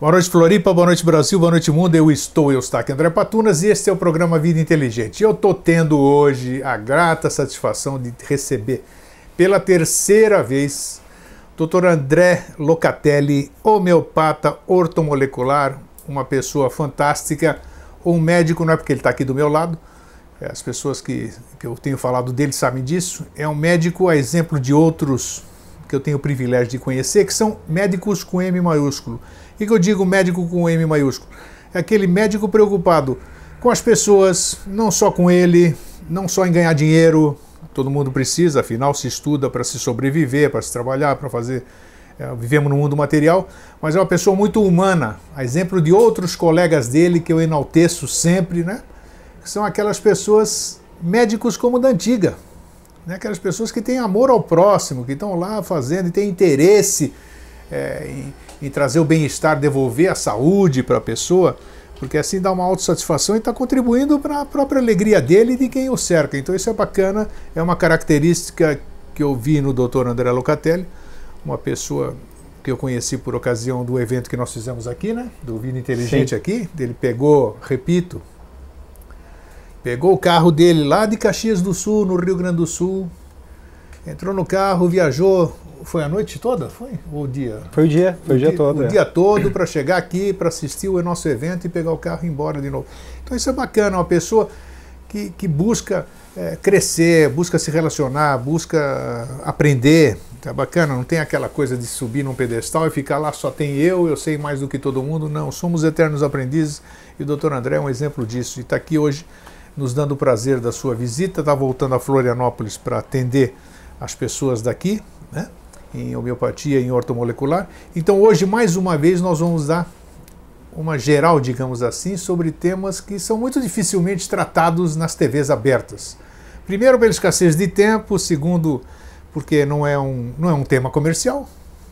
Boa noite, Floripa, boa noite, Brasil, boa noite, mundo. Eu estou aqui, André Patunas, e este é o programa Vida Inteligente. Eu estou tendo hoje a grata satisfação de receber pela terceira vez Dr. André Locatelli, homeopata ortomolecular, uma pessoa fantástica, um médico, não é porque ele está aqui do meu lado, as pessoas que eu tenho falado dele sabem disso, é um médico a exemplo de outros que eu tenho o privilégio de conhecer, que são médicos com M maiúsculo. O que eu digo médico com M maiúsculo? É aquele médico preocupado com as pessoas, não só com ele, não só em ganhar dinheiro, todo mundo precisa, afinal se estuda para se sobreviver, para se trabalhar, para fazer... vivemos no mundo material, mas é uma pessoa muito humana, a exemplo de outros colegas dele que eu enalteço sempre, né? Que são aquelas pessoas, médicos como da antiga, né? Aquelas pessoas que têm amor ao próximo, que estão lá fazendo e têm interesse em trazer o bem-estar, devolver a saúde para a pessoa, porque assim dá uma autossatisfação e está contribuindo para a própria alegria dele e de quem o cerca. Então isso é bacana, é uma característica que eu vi no Dr. André Locatelli, uma pessoa que eu conheci por ocasião do evento que nós fizemos aqui, né? Do Vida Inteligente. Sim. Aqui. Ele pegou, repito, pegou o carro dele lá de Caxias do Sul, no Rio Grande do Sul, entrou no carro, viajou, foi a noite toda? Foi? Ou o dia? Foi o dia todo. O dia todo para chegar aqui, para assistir o nosso evento e pegar o carro e ir embora de novo. Então isso é bacana, uma pessoa que busca crescer, busca se relacionar, busca aprender. É bacana, não tem aquela coisa de subir num pedestal e ficar lá, só tem eu sei mais do que todo mundo. Não, somos eternos aprendizes e o Dr. André é um exemplo disso. E está aqui hoje nos dando o prazer da sua visita, está voltando a Florianópolis para atender as pessoas daqui, né? Em homeopatia, em ortomolecular. Então hoje, mais uma vez, nós vamos dar uma geral, digamos assim, sobre temas que são muito dificilmente tratados nas TVs abertas. Primeiro, pela escassez de tempo. Segundo, porque não é um tema comercial.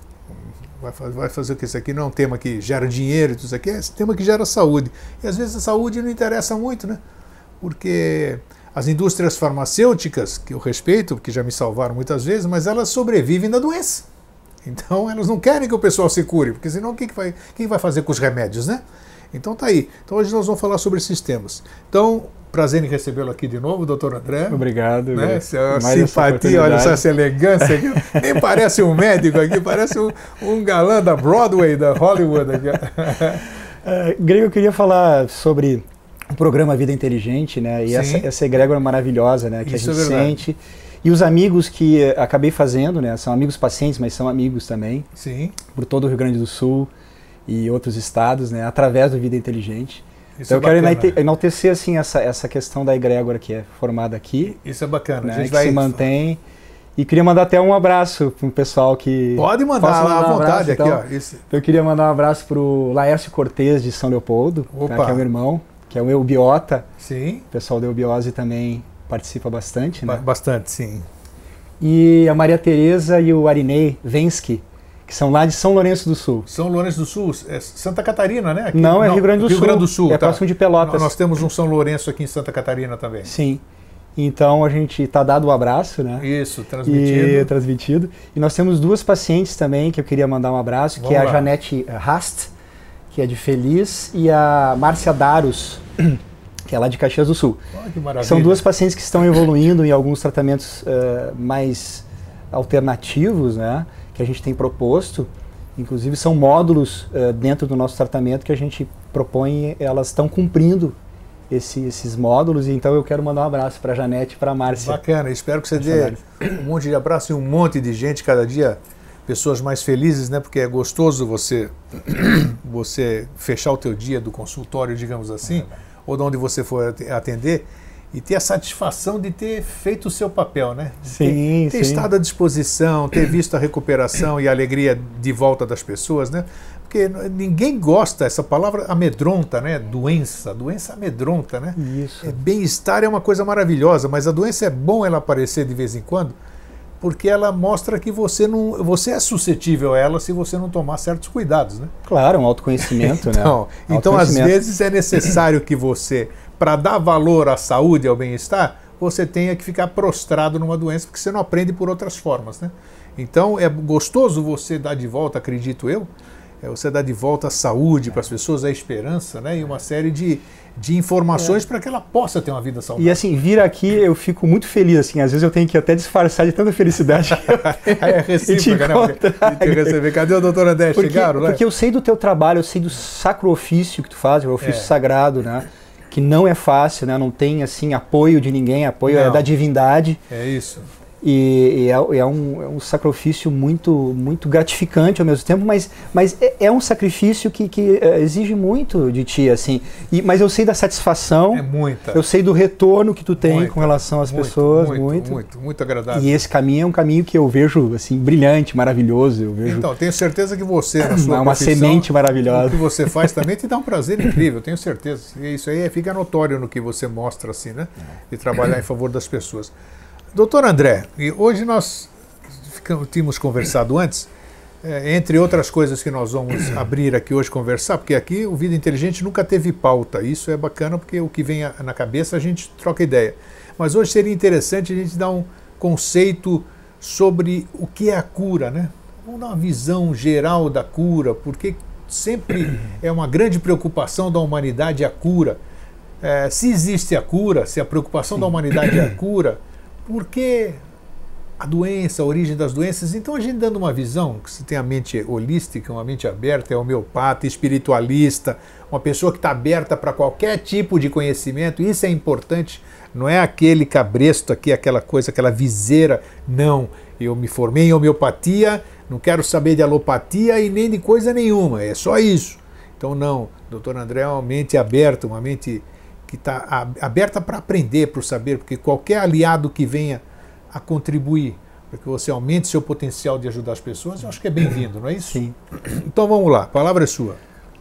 Vai fazer o que? Isso aqui não é um tema que gera dinheiro, isso aqui é um tema que gera saúde. E às vezes a saúde não interessa muito, né? Porque as indústrias farmacêuticas, que eu respeito, porque já me salvaram muitas vezes, mas elas sobrevivem da doença. Então elas não querem que o pessoal se cure, porque senão quem vai fazer com os remédios, né? Então tá aí. Então hoje nós vamos falar sobre esses temas. Então, prazer em recebê-lo aqui de novo, doutor André. Obrigado. Né? Essa simpatia, olha só essa elegância aqui. Nem parece um médico aqui, parece um galã da Broadway, da Hollywood aqui. Grego, eu queria falar sobre o programa Vida Inteligente, né? E essa egrégora maravilhosa, né? Que isso a gente sente. E os amigos que acabei fazendo, né? São amigos pacientes, mas são amigos também. Sim. Por todo o Rio Grande do Sul e outros estados, né? Através do Vida Inteligente. Isso então eu quero enaltecer assim, essa questão da egrégora que é formada aqui. Isso é bacana. Né? A gente se mantém. E queria mandar até um abraço para o pessoal que... Pode mandar lá à vontade. Então, aqui, ó. Isso. Eu queria mandar um abraço para o Laércio Cortez de São Leopoldo, tá? Que é meu irmão, que é o eubiota. Sim. O pessoal da eubiose também participa bastante, né? Bastante, sim. E a Maria Tereza e o Arinei Vensky, que são lá de São Lourenço do Sul. São Lourenço do Sul, é Santa Catarina, né? Aqui, não, é Rio Grande do Sul. Rio Grande do Sul, é próximo de Pelotas. Nós temos um São Lourenço aqui em Santa Catarina também. Sim. Então a gente está dado o abraço, né? Isso, transmitido. Transmitido. E nós temos duas pacientes também que eu queria mandar um abraço, que é a Janete Rast, que é de Feliz, e a Márcia Daros, que é lá de Caxias do Sul. Que maravilha. São duas pacientes que estão evoluindo em alguns tratamentos mais alternativos, né? Que a gente tem proposto. Inclusive são módulos dentro do nosso tratamento que a gente propõe, elas estão cumprindo esses módulos, e então eu quero mandar um abraço para a Janete e para a Márcia. Bacana, espero que você dê um monte de abraço e um monte de gente, cada dia pessoas mais felizes, né? Porque é gostoso você fechar o teu dia do consultório, digamos assim, ou de onde você for atender, e ter a satisfação de ter feito o seu papel, né? Ter estado à disposição, ter visto a recuperação e a alegria de volta das pessoas, né? Porque ninguém gosta, essa palavra amedronta, né? Doença amedronta, né? Isso. Bem-estar é uma coisa maravilhosa, mas a doença é bom ela aparecer de vez em quando, porque ela mostra que você é suscetível a ela se você não tomar certos cuidados, né? Claro, um autoconhecimento, né? Então, às vezes, é necessário que você, para dar valor à saúde e ao bem-estar, você tenha que ficar prostrado numa doença, porque você não aprende por outras formas, né? Então, é gostoso você dar de volta, acredito eu, você dá de volta a saúde para as pessoas, a esperança, né? E uma série de informações para que ela possa ter uma vida saudável. E assim, vir aqui eu fico muito feliz, assim, às vezes eu tenho que até disfarçar de tanta felicidade. É recíproca, né? Cadê o doutor André? Chegaram, né? Porque eu sei do teu trabalho, eu sei do sacro ofício que tu faz, o ofício sagrado, né? Que não é fácil, né? Não tem assim apoio de ninguém, apoio é da divindade. É isso. E é um sacrifício muito gratificante ao mesmo tempo, mas é um sacrifício que exige muito de ti, assim. Mas eu sei da satisfação, eu sei do retorno que tu tem com relação às pessoas, muito agradável. E esse caminho é um caminho que eu vejo assim brilhante, maravilhoso. Eu vejo. Então, tenho certeza que você, na sua uma semente maravilhosa. O que você faz também te dá um prazer incrível, tenho certeza. E isso aí fica notório no que você mostra, assim, né? De trabalhar em favor das pessoas. Doutor André, hoje nós tínhamos conversado antes, entre outras coisas que nós vamos abrir aqui hoje conversar, porque aqui o Vida Inteligente nunca teve pauta, isso é bacana porque o que vem na cabeça a gente troca ideia. Mas hoje seria interessante a gente dar um conceito sobre o que é a cura, né? Vamos dar uma visão geral da cura, porque sempre é uma grande preocupação da humanidade a cura. Se existe a cura, se a preocupação da humanidade é a cura, por que a doença, a origem das doenças? Então a gente dando uma visão, que você tem a mente holística, uma mente aberta, é homeopata, espiritualista, uma pessoa que está aberta para qualquer tipo de conhecimento, isso é importante, não é aquele cabresto aqui, aquela coisa, aquela viseira, não, eu me formei em homeopatia, não quero saber de alopatia e nem de coisa nenhuma, é só isso. Então não, doutor André é uma mente aberta, uma mente que está aberta para aprender, para saber, porque qualquer aliado que venha a contribuir para que você aumente seu potencial de ajudar as pessoas, eu acho que é bem-vindo, não é isso? Sim. Então vamos lá, a palavra é sua.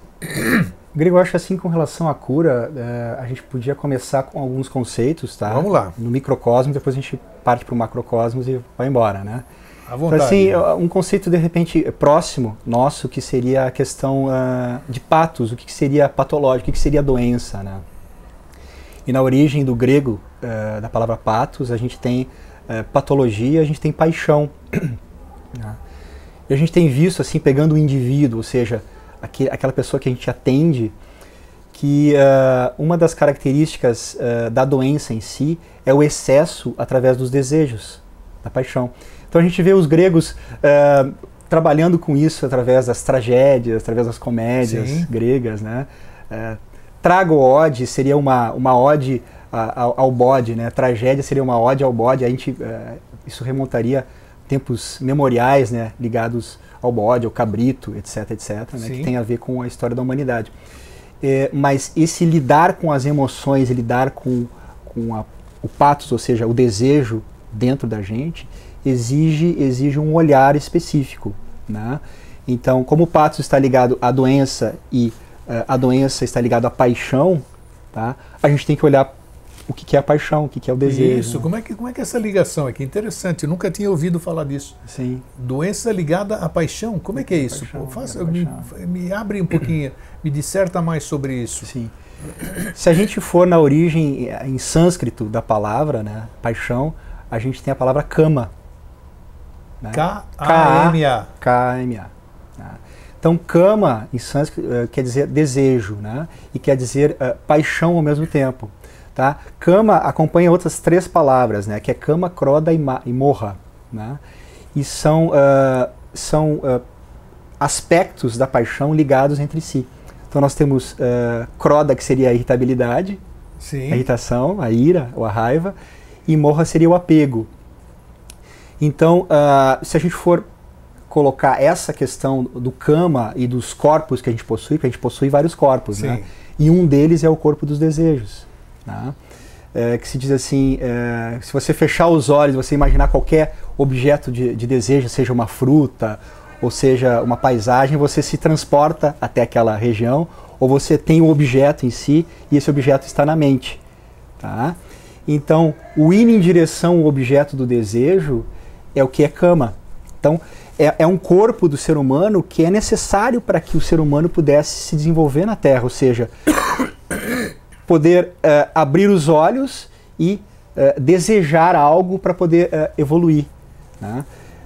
Grego, eu acho assim, com relação à cura, a gente podia começar com alguns conceitos, tá? Vamos lá. No microcosmos, depois a gente parte para o macrocosmos e vai embora, né? À vontade. Então, assim, um conceito, de repente, próximo nosso, que seria a questão de patos, o que seria patológico, o que seria doença, né? E na origem do grego, da palavra patos, a gente tem patologia, a gente tem paixão. Né? E a gente tem visto, assim, pegando o indivíduo, ou seja, aquela pessoa que a gente atende, que uma das características da doença em si é o excesso através dos desejos, da paixão. Então a gente vê os gregos trabalhando com isso através das tragédias, através das comédias gregas, né? Trago-ode seria uma ode ao bode, né? Tragédia seria uma ode ao bode. Isso remontaria tempos memoriais, né? Ligados ao bode, ao cabrito, etc, né? Que tem a ver com a história da humanidade. Mas esse lidar com as emoções, lidar com o pathos, ou seja, o desejo dentro da gente, exige um olhar específico, né? Então, como o pathos está ligado à doença e a doença está ligada à paixão, tá? A gente tem que olhar o que é a paixão, o que é o desejo. Isso, né? Como é que é essa ligação aqui? Interessante, eu nunca tinha ouvido falar disso. Sim. Doença ligada à paixão, como é que é isso? Me abre um pouquinho, me disserta mais sobre isso. Sim. Se a gente for na origem em sânscrito da palavra, né, paixão, a gente tem a palavra kama. Né? K-A-M-A. K-A-M-A. Né? Então, kama, em sânscrito, quer dizer desejo, né? E quer dizer paixão ao mesmo tempo. Tá? Kama acompanha outras 3 palavras, né? Que é kama, kroda e moha. Né? E são aspectos da paixão ligados entre si. Então, nós temos kroda, que seria a irritabilidade, Sim. a irritação, a ira ou a raiva, e moha seria o apego. Então, se a gente for colocar essa questão do kama e dos corpos que a gente possui, porque a gente possui vários corpos, né? E um deles é o corpo dos desejos. Né? Que se diz assim, se você fechar os olhos, você imaginar qualquer objeto de desejo, seja uma fruta, ou seja uma paisagem, você se transporta até aquela região, ou você tem um objeto em si, e esse objeto está na mente. Tá? Então, o ir em direção ao objeto do desejo é o que é kama. Então, é um corpo do ser humano que é necessário para que o ser humano pudesse se desenvolver na Terra, ou seja, poder abrir os olhos e desejar algo para poder evoluir. Né?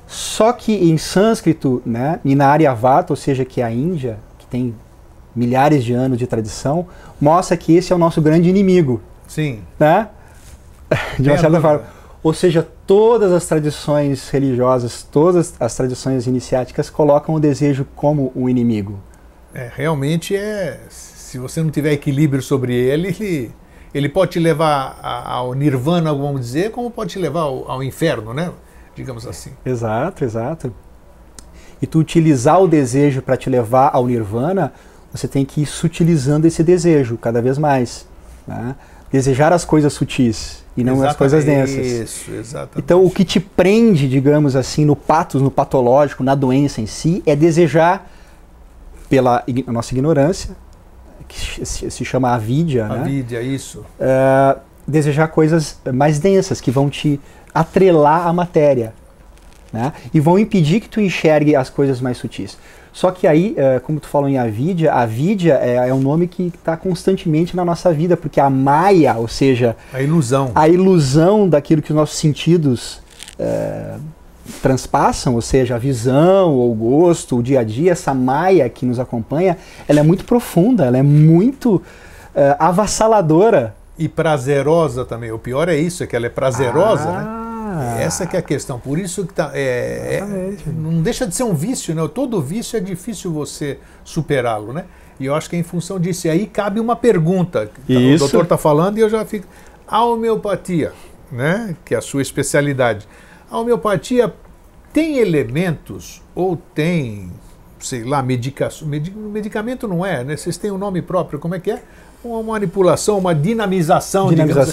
Só que em sânscrito, né, e na Aryavata, ou seja, que é a Índia, que tem milhares de anos de tradição, mostra que esse é o nosso grande inimigo. Sim. Né? De uma certa forma. Ou seja, todas as tradições religiosas, todas as tradições iniciáticas colocam o desejo como um inimigo. Realmente se você não tiver equilíbrio sobre ele pode te levar ao nirvana, vamos dizer, como pode te levar ao inferno, né? Digamos assim. Exato, exato. E tu utilizar o desejo para te levar ao nirvana, você tem que ir sutilizando esse desejo cada vez mais. Né? Desejar as coisas sutis e não as coisas densas. Isso, exatamente. Então, o que te prende, digamos assim, no patos, no patológico, na doença em si, é desejar, pela nossa ignorância, que se chama avidya, né? Avidya, isso. Desejar coisas mais densas, que vão te atrelar à matéria, né? E vão impedir que tu enxergue as coisas mais sutis. Só que aí, como tu falou em avidya, a avidya é um nome que está constantemente na nossa vida, porque a maya, ou seja, a ilusão daquilo que os nossos sentidos transpassam, ou seja, a visão, ou o gosto, o dia a dia, essa maya que nos acompanha, ela é muito profunda, ela é muito avassaladora. E prazerosa também. O pior é isso, é que ela é prazerosa, né? Essa que é a questão. Por isso que não deixa de ser um vício, né? Todo vício é difícil você superá-lo, né? E eu acho que é em função disso. E aí cabe uma pergunta. O doutor está falando e eu já fico... A homeopatia, né? Que é a sua especialidade. A homeopatia tem elementos ou tem, sei lá, medicação? Medicamento não é, né? Vocês têm um nome próprio, como é que é? Uma manipulação, uma dinamização.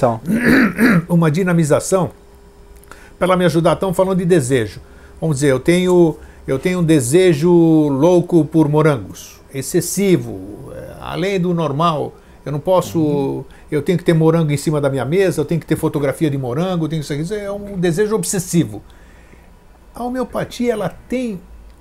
Uma dinamização. Para ela me ajudar, estão falando de desejo. Vamos dizer, eu tenho um desejo louco por morangos, excessivo, além do normal. Eu não posso, eu tenho que ter morango em cima da minha mesa, eu tenho que ter fotografia de morango, isso é um desejo obsessivo. A homeopatia, ela tem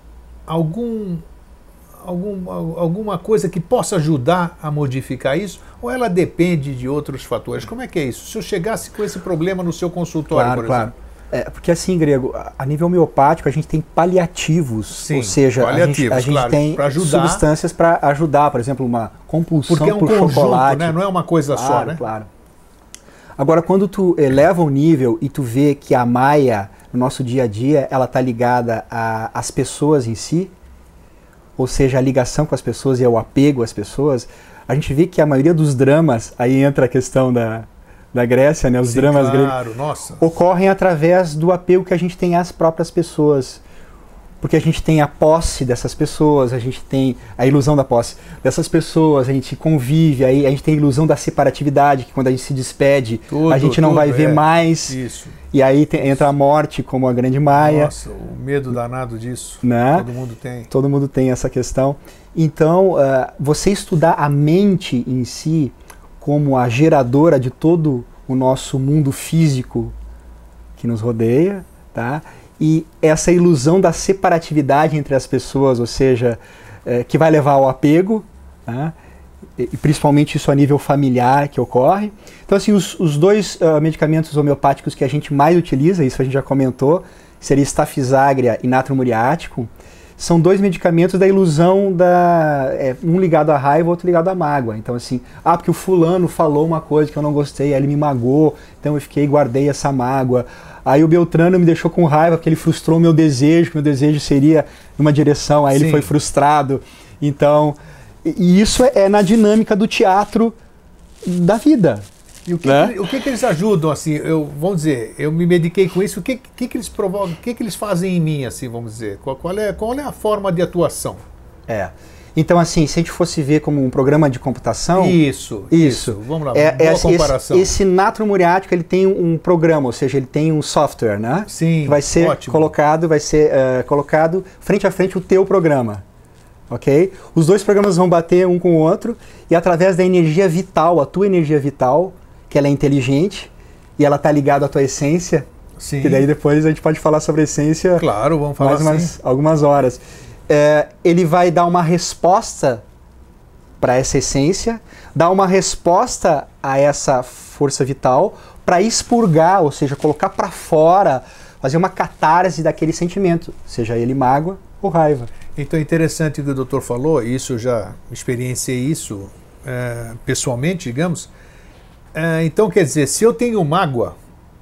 alguma coisa que possa ajudar a modificar isso? Ou ela depende de outros fatores? Como é que é isso? Se eu chegasse com esse problema no seu consultório, por exemplo. Porque assim, Grego, a nível homeopático a gente tem paliativos, sim, ou seja, a gente tem substâncias para ajudar, por exemplo, uma compulsão por chocolate. Porque é um conjunto, né? Não é uma coisa só, né? Claro. Agora, quando tu eleva o nível e tu vê que a Maya, no nosso dia a dia, ela está ligada às pessoas em si, ou seja, a ligação com as pessoas e o apego às pessoas, a gente vê que a maioria dos dramas, aí entra a questão da Grécia, né? Os dramas gregos ocorrem através do apego que a gente tem às próprias pessoas. Porque a gente tem a posse dessas pessoas, a gente tem a ilusão da posse dessas pessoas, a gente convive, aí a gente tem a ilusão da separatividade, que quando a gente se despede, a gente não vai ver mais. Isso. E aí entra a morte como a grande maia. Nossa, o medo danado disso. Né? Todo mundo tem. Todo mundo tem essa questão. Então, você estudar a mente em si como a geradora de todo o nosso mundo físico que nos rodeia, tá? E essa ilusão da separatividade entre as pessoas, ou seja, que vai levar ao apego, tá? E principalmente isso a nível familiar que ocorre. Então, assim, os dois medicamentos homeopáticos que a gente mais utiliza, isso a gente já comentou, seria Staphysagra e Natrum muriático, são dois medicamentos da ilusão um ligado à raiva, outro ligado à mágoa. Então assim, porque o fulano falou uma coisa que eu não gostei, aí ele me magoou, então eu guardei essa mágoa. Aí o Beltrano me deixou com raiva porque ele frustrou o meu desejo, que meu desejo seria numa direção, aí ele foi frustrado. Então, e isso é na dinâmica do teatro da vida. E o que eles ajudam, assim, vamos dizer, eu me mediquei com isso, o que eles provocam, o que eles fazem em mim, assim, vamos dizer? Qual é a forma de atuação? Então, assim, se a gente fosse ver como um programa de computação... Isso. Vamos lá, boa comparação. Esse Natrum muriático, ele tem um programa, ou seja, ele tem um software, né? Sim, que vai ser colocado frente a frente o teu programa. Ok? Os dois programas vão bater um com o outro e através da energia vital, a tua energia vital, que ela é inteligente e ela está ligada à tua essência. Sim. Que daí depois a gente pode falar sobre a essência. Claro, vamos falar mais algumas horas. Ele vai dar uma resposta para essa essência, dar uma resposta a essa força vital para expurgar, ou seja, colocar para fora, fazer uma catarse daquele sentimento, seja ele mágoa ou raiva. Então é interessante o que o doutor falou, isso eu já experienciei isso pessoalmente, digamos. Então quer dizer, se eu tenho mágoa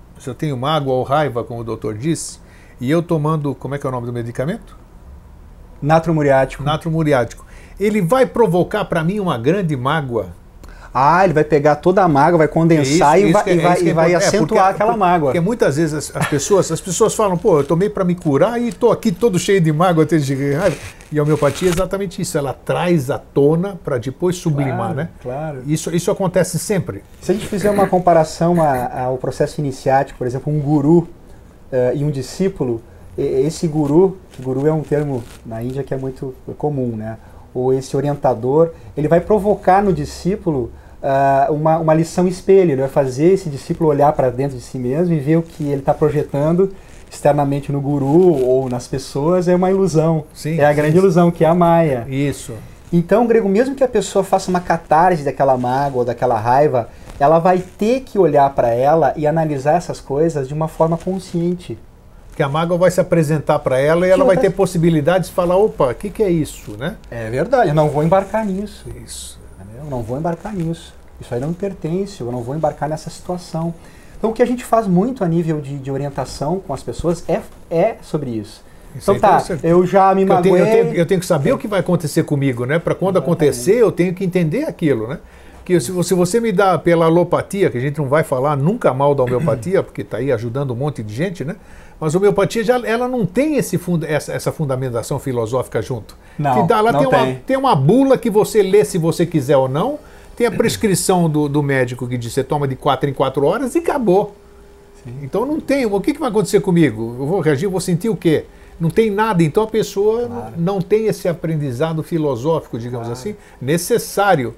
ou raiva, como o doutor disse, e eu tomando, como é que é o nome do medicamento? Natro muriático. Natro muriático. Ele vai provocar para mim uma grande mágoa. Ele vai pegar toda a mágoa, vai condensar e vai acentuar aquela mágoa. Porque muitas vezes as pessoas falam, pô, eu tomei para me curar e estou aqui todo cheio de mágoa, de raiva. E a homeopatia é exatamente isso, ela traz à tona para depois sublimar, né? Claro. Isso acontece sempre. Se a gente fizer uma comparação ao processo iniciático, por exemplo, um guru e um discípulo, esse guru é um termo na Índia que é muito comum, né? Ou esse orientador, ele vai provocar no discípulo uma lição espelho, ele vai fazer esse discípulo olhar para dentro de si mesmo e ver o que ele está projetando externamente no guru ou nas pessoas é uma ilusão. Sim, a grande ilusão, que é a Maia. Isso. Então, Grego, mesmo que a pessoa faça uma catarse daquela mágoa ou daquela raiva, ela vai ter que olhar para ela e analisar essas coisas de uma forma consciente. Que a mágoa vai se apresentar para ela e ela vai ter possibilidades de falar, opa, o que é isso, né? É verdade, eu não vou embarcar nisso. Isso. Eu não vou embarcar nisso. Isso aí não me pertence, eu não vou embarcar nessa situação. Então o que a gente faz muito a nível de orientação com as pessoas é sobre isso. Então eu já me magoei. Eu tenho que saber o que vai acontecer comigo, né? Para quando acontecer, eu tenho que entender aquilo, né? Que se você me dá pela alopatia, que a gente não vai falar nunca mal da homeopatia, porque está aí ajudando um monte de gente, né? Mas a homeopatia ela não tem essa fundamentação filosófica junto. Não, ela não tem uma bula que você lê se você quiser ou não, tem a prescrição do médico que diz você toma de 4 em 4 horas e acabou. Sim. Então não tem. O que vai acontecer comigo? Eu vou reagir, eu vou sentir o quê? Não tem nada. Então a pessoa não tem esse aprendizado filosófico, digamos assim, necessário.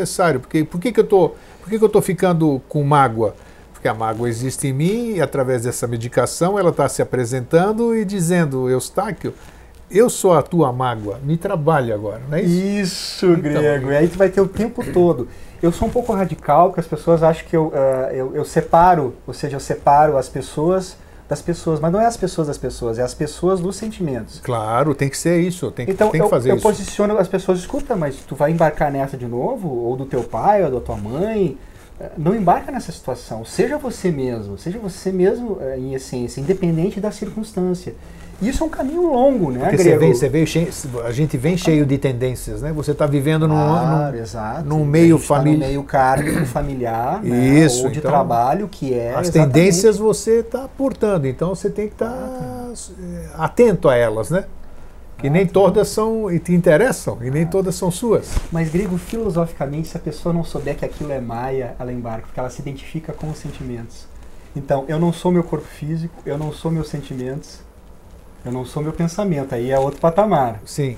Por que eu estou ficando com mágoa? Porque a mágoa existe em mim e através dessa medicação ela está se apresentando e dizendo, Eustáquio, eu sou a tua mágoa, me trabalhe agora, não é isso? Isso, Grego, e aí tu vai ter o tempo todo. Eu sou um pouco radical, porque as pessoas acham que eu separo, ou seja, eu separo as pessoas das pessoas, mas não é as pessoas das pessoas, é as pessoas dos sentimentos. Claro, tem que ser isso, tem que fazer eu isso. Eu posiciono as pessoas, escuta, mas tu vai embarcar nessa de novo? Ou do teu pai, ou da tua mãe? Não embarca nessa situação, seja você mesmo em essência, independente da circunstância. Isso é um caminho longo, né, Grego? A gente vem cheio de tendências, né? Você está vivendo num meio familiar, meio kármico familiar, isso, né? Ou de trabalho, que é as tendências você está portando, então você tem que estar atento a elas, né? Que nem todas te interessam e nem todas são suas. Mas, Grego, filosoficamente, se a pessoa não souber que aquilo é Maia, ela embarca, porque ela se identifica com os sentimentos. Então, eu não sou meu corpo físico, eu não sou meus sentimentos, eu não sou meu pensamento, aí é outro patamar. Sim.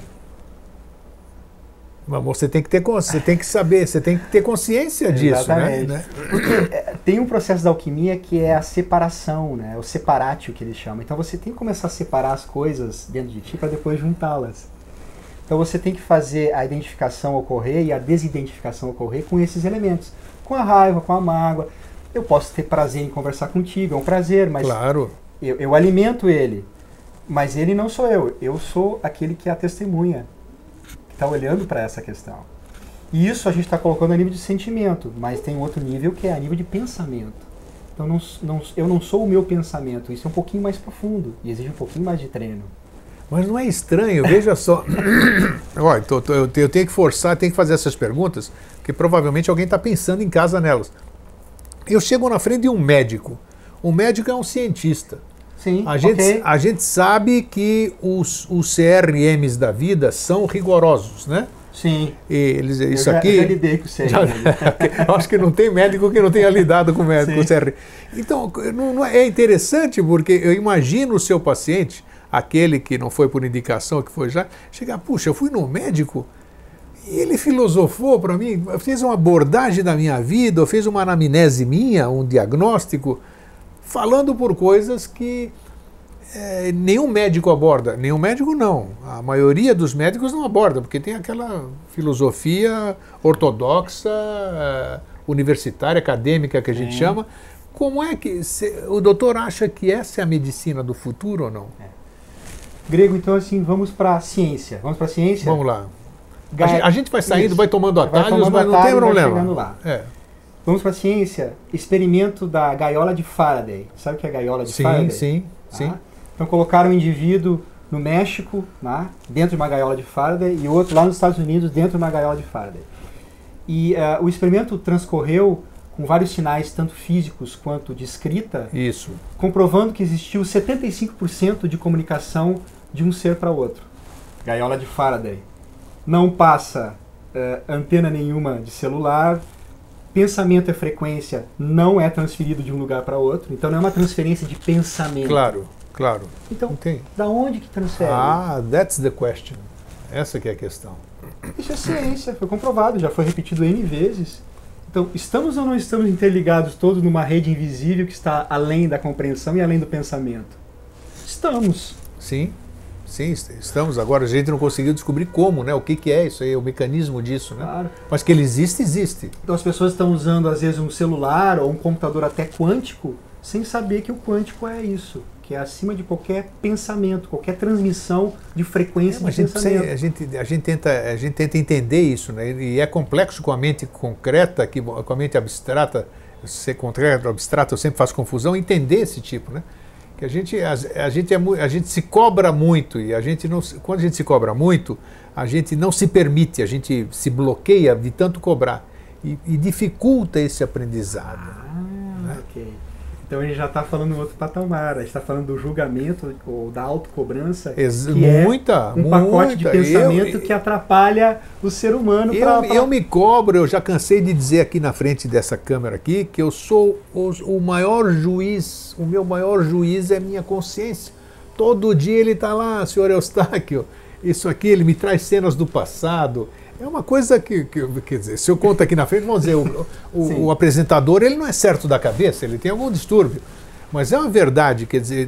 Mas você tem que saber, você tem que ter consciência disso, né? Porque tem um processo da alquimia que é a separação, né? O separatio que eles chamam. Então você tem que começar a separar as coisas dentro de ti para depois juntá-las. Então você tem que fazer a identificação ocorrer e a desidentificação ocorrer com esses elementos. Com a raiva, com a mágoa. Eu posso ter prazer em conversar contigo, é um prazer, mas claro. eu alimento ele. Mas ele não sou eu sou aquele que é a testemunha. Está olhando para essa questão. E isso a gente está colocando a nível de sentimento, mas tem outro nível que é a nível de pensamento. Então eu não sou o meu pensamento, isso é um pouquinho mais profundo e exige um pouquinho mais de treino. Mas não é estranho, veja só. Olha, eu tenho que forçar, tenho que fazer essas perguntas, porque provavelmente alguém está pensando em casa nelas. Eu chego na frente de um médico. O médico é um cientista. Sim, a gente sabe que os CRMs da vida são rigorosos, né? Sim. Eu já lidei com o CRM. Acho que não tem médico que não tenha lidado com o CRM. Então, é interessante porque eu imagino o seu paciente, aquele que não foi por indicação, que foi já, chegar, puxa, eu fui no médico e ele filosofou para mim, fez uma abordagem da minha vida, fez uma anamnese minha, um diagnóstico, falando por coisas que nenhum médico aborda. Nenhum médico não. A maioria dos médicos não aborda, porque tem aquela filosofia ortodoxa, universitária, acadêmica que a gente chama, como é que o doutor acha que essa é a medicina do futuro ou não? Grego, então assim, vamos para a ciência. Vamos para a ciência? Vamos lá. A gente vai saindo, vai tomando atalhos, mas não tem problema. Lá. Vamos para a ciência. Experimento da gaiola de Faraday. Sabe o que é a gaiola de Faraday? Sim. Então colocaram um indivíduo no México, dentro de uma gaiola de Faraday, e outro lá nos Estados Unidos, dentro de uma gaiola de Faraday. E o experimento transcorreu com vários sinais, tanto físicos quanto de escrita, comprovando que existiu 75% de comunicação de um ser para outro. Gaiola de Faraday. Não passa antena nenhuma de celular, pensamento e frequência não é transferido de um lugar para outro, então não é uma transferência de pensamento. Claro. Então, da onde que transfere? That's the question. Essa que é a questão. Isso é ciência, foi comprovado, já foi repetido N vezes. Então, estamos ou não estamos interligados todos numa rede invisível que está além da compreensão e além do pensamento? Estamos. Sim, estamos. Agora a gente não conseguiu descobrir como, né? O que é isso aí, o mecanismo disso, né? Claro. Mas que ele existe, existe. Então as pessoas estão usando, às vezes, um celular ou um computador até quântico, sem saber que o quântico é isso, que é acima de qualquer pensamento, qualquer transmissão de frequência de pensamento. A gente tenta entender isso, né? E é complexo com a mente concreta, com a mente abstrata. Ser concreto, abstrato, eu sempre faço confusão, entender esse tipo, né? Que a gente se cobra muito, e quando a gente se cobra muito, a gente não se permite, a gente se bloqueia de tanto cobrar e dificulta esse aprendizado. Né? Ok. Então a gente já está falando em outro patamar, a gente está falando do julgamento ou da autocobrança, que é um pacote de pensamento que atrapalha o ser humano. Eu me cobro, eu já cansei de dizer aqui na frente dessa câmera aqui, que eu sou o maior juiz, o meu maior juiz é minha consciência. Todo dia ele está lá, senhor Eustáquio, isso aqui, ele me traz cenas do passado. É uma coisa que quer dizer, se eu conto aqui na frente, vamos dizer, o apresentador, ele não é certo da cabeça, ele tem algum distúrbio. Mas é uma verdade, quer dizer,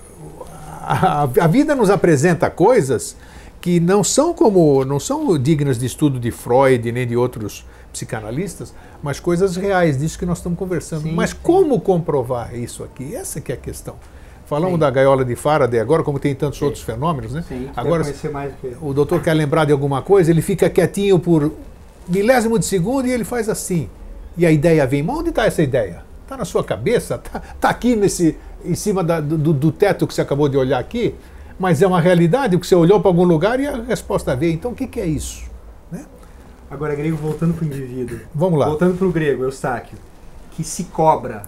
a vida nos apresenta coisas que não são dignas de estudo de Freud nem de outros psicanalistas, mas coisas reais, disso que nós estamos conversando. Mas como comprovar isso aqui? Essa que é a questão. Falamos da gaiola de Faraday agora, como tem tantos outros fenômenos, né? Agora, o doutor quer lembrar de alguma coisa, ele fica quietinho por milésimo de segundo e ele faz assim. E a ideia vem. Mas onde está essa ideia? Está na sua cabeça? Está aqui em cima do teto que você acabou de olhar aqui? Mas é uma realidade, porque você olhou para algum lugar e a resposta veio. Então, o que é isso? Né? Agora, grego, voltando para o indivíduo. Vamos lá. Voltando para o grego, Eustáquio, que se cobra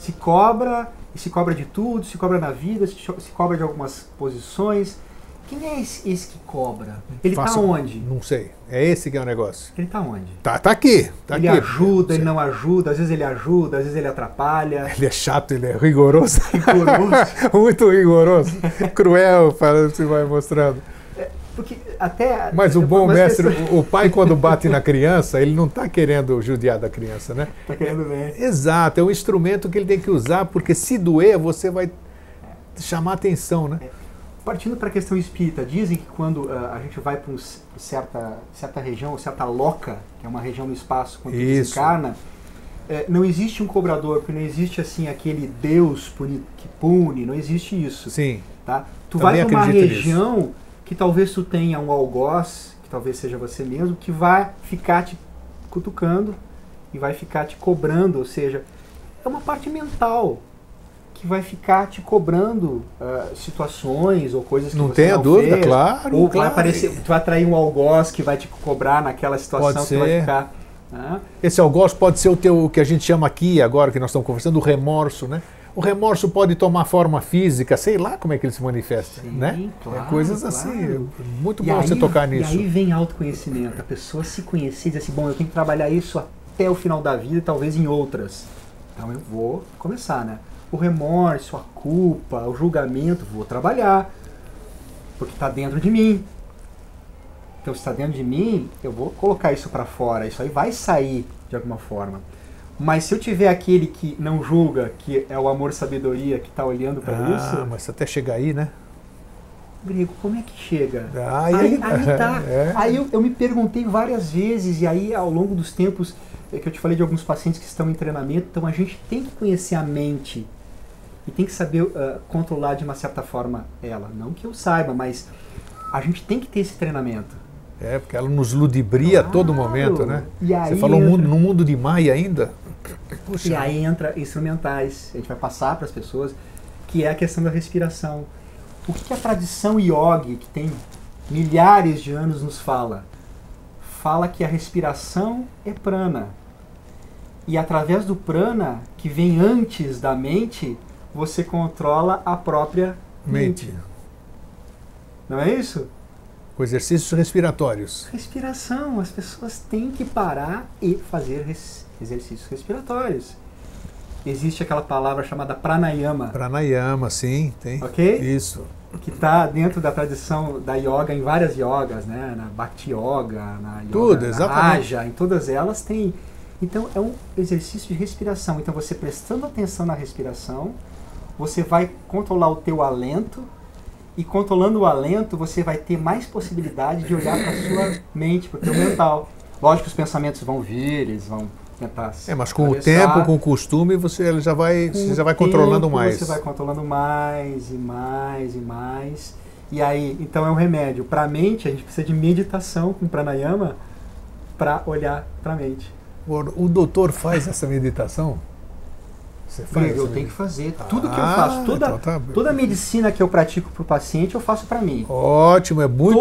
se cobra de tudo, se cobra na vida, se cobra de algumas posições. Quem é esse que cobra? Ele está onde? Não sei. É esse que é o negócio. Ele está onde? Tá aqui. Ele ajuda, ele não ajuda, às vezes ele ajuda, às vezes ele atrapalha. Ele é chato, ele é rigoroso. Muito rigoroso. Cruel, você vai mostrando. Porque até... Mas o bom mestre, o pai quando bate na criança, ele não está querendo judiar da criança, né? Está querendo bem. Exato, é um instrumento que ele tem que usar, porque se doer, você vai chamar atenção, né? Partindo para a questão espírita, dizem que quando a gente vai para certa região, certa loca, que é uma região no espaço, quando desencarna, não existe um cobrador, porque não existe assim aquele Deus que pune, não existe isso. Sim. Tá? Tu vai para uma região que talvez tu tenha um algoz, que talvez seja você mesmo, que vai ficar te cutucando e vai ficar te cobrando, ou seja, é uma parte mental que vai ficar te cobrando situações ou coisas que não você tenha não dúvida, fez, claro. Ou claro. Vai aparecer, tu vai atrair um algoz que vai te cobrar naquela situação. Pode que ser. vai ficar... Esse algoz pode ser o que a gente chama aqui, agora que nós estamos conversando, o remorso, né? O remorso pode tomar forma física, sei lá como é que ele se manifesta, né? Claro, coisas assim, muito bom você tocar nisso. E aí vem autoconhecimento, a pessoa se conhecer e dizer assim, bom, eu tenho que trabalhar isso até o final da vida e talvez em outras. Então eu vou começar, né? O remorso, a culpa, o julgamento, vou trabalhar, porque está dentro de mim. Então se está dentro de mim, eu vou colocar isso para fora, isso aí vai sair de alguma forma. Mas se eu tiver aquele que não julga, que é o amor sabedoria que está olhando para isso... mas até chegar aí, né? Grego, como é que chega? Aí tá. Aí eu me perguntei várias vezes, e aí ao longo dos tempos é que eu te falei de alguns pacientes que estão em treinamento, então a gente tem que conhecer a mente e tem que saber controlar de uma certa forma ela. Não que eu saiba, mas a gente tem que ter esse treinamento. Porque ela nos ludibria a todo momento, né? E aí você falou no mundo de Maia ainda? Puxa. E aí entra instrumentais, a gente vai passar para as pessoas, que é a questão da respiração. O que a tradição yogi, que tem milhares de anos, nos fala? Fala que a respiração é prana. E através do prana, que vem antes da mente, você controla a própria mente. Não é isso? Com exercícios respiratórios. Respiração. As pessoas têm que parar e fazer exercícios respiratórios. Existe aquela palavra chamada pranayama. Pranayama, sim, tem. Ok? Isso. Que está dentro da tradição da yoga, em várias yogas, né? Na Bhakti Yoga, na yoga, tudo, na exatamente. Raja, em todas elas tem. Então é um exercício de respiração. Então você prestando atenção na respiração, você vai controlar o teu alento, e controlando o alento você vai ter mais possibilidade de olhar para a sua mente, para o teu mental. Lógico que os pensamentos vão vir, eles vão tentar se mas com o tempo, com o costume, você já vai controlando mais. Você vai controlando mais e mais e mais. E aí, então é um remédio. Para a mente, a gente precisa de meditação com pranayama para olhar para a mente. O doutor faz essa meditação? Você faz? Eu tenho que fazer. Tudo que eu faço, toda a medicina que eu pratico para o paciente, eu faço para mim. Ótimo, é muito...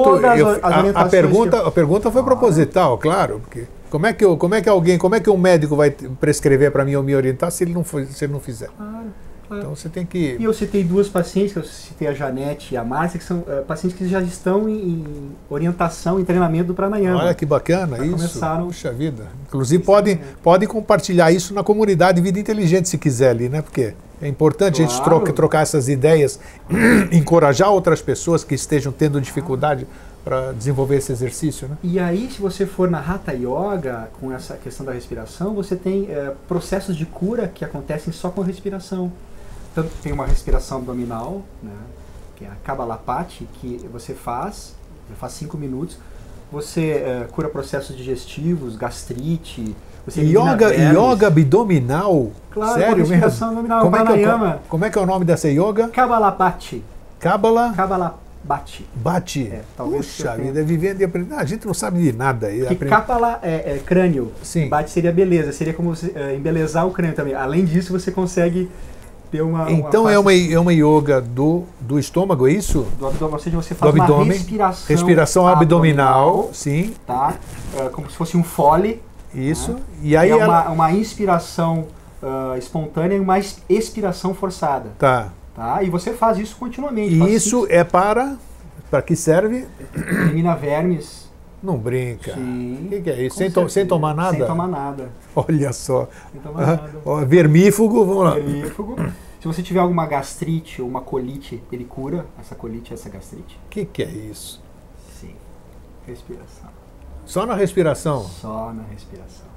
A pergunta foi proposital, claro, porque como é que um médico vai prescrever para mim ou me orientar se ele não fizer? Claro. Então você tem que... E eu citei duas pacientes, eu citei a Janete e a Márcia, que são pacientes que já estão em orientação, em treinamento do pranayama. Olha que bacana isso. Começaram... Puxa vida. Inclusive podem compartilhar isso na comunidade Vida Inteligente se quiser ali, né? Porque é importante a gente trocar essas ideias, encorajar outras pessoas que estejam tendo dificuldade para desenvolver esse exercício, né? E aí, se você for na Hatha Yoga, com essa questão da respiração, você tem processos de cura que acontecem só com a respiração. Então, tem uma respiração abdominal, né, que é a Kapalabhati, que você faz 5 minutos, você cura processos digestivos, gastrite, você yoga abdominal? Claro, sério respiração mesmo? Abdominal, como é que é o nome dessa yoga? Kapalabhati. Kapalabhati. Puxa vida, vivendo e aprendendo. A gente não sabe de nada. Kapala é crânio. Sim. Bhati seria beleza. Seria como você embelezar o crânio também. Além disso, você consegue ter uma... Então é uma yoga do estômago, é isso? Do abdômen, ou seja, você faz uma respiração abdominal. Sim. Tá? Como se fosse um fole. Isso. Né? E aí uma inspiração espontânea e uma expiração forçada. Tá. E você faz isso continuamente. E isso é para que serve? Elimina vermes. Não brinca. Sim. O que é isso? Sem tomar nada? Sem tomar nada. Olha só. Sem tomar nada. Vermífugo, vamos lá. Vermífugo. Se você tiver alguma gastrite ou uma colite, ele cura essa colite, essa gastrite. O que é isso? Sim. Respiração. Só na respiração? Só na respiração.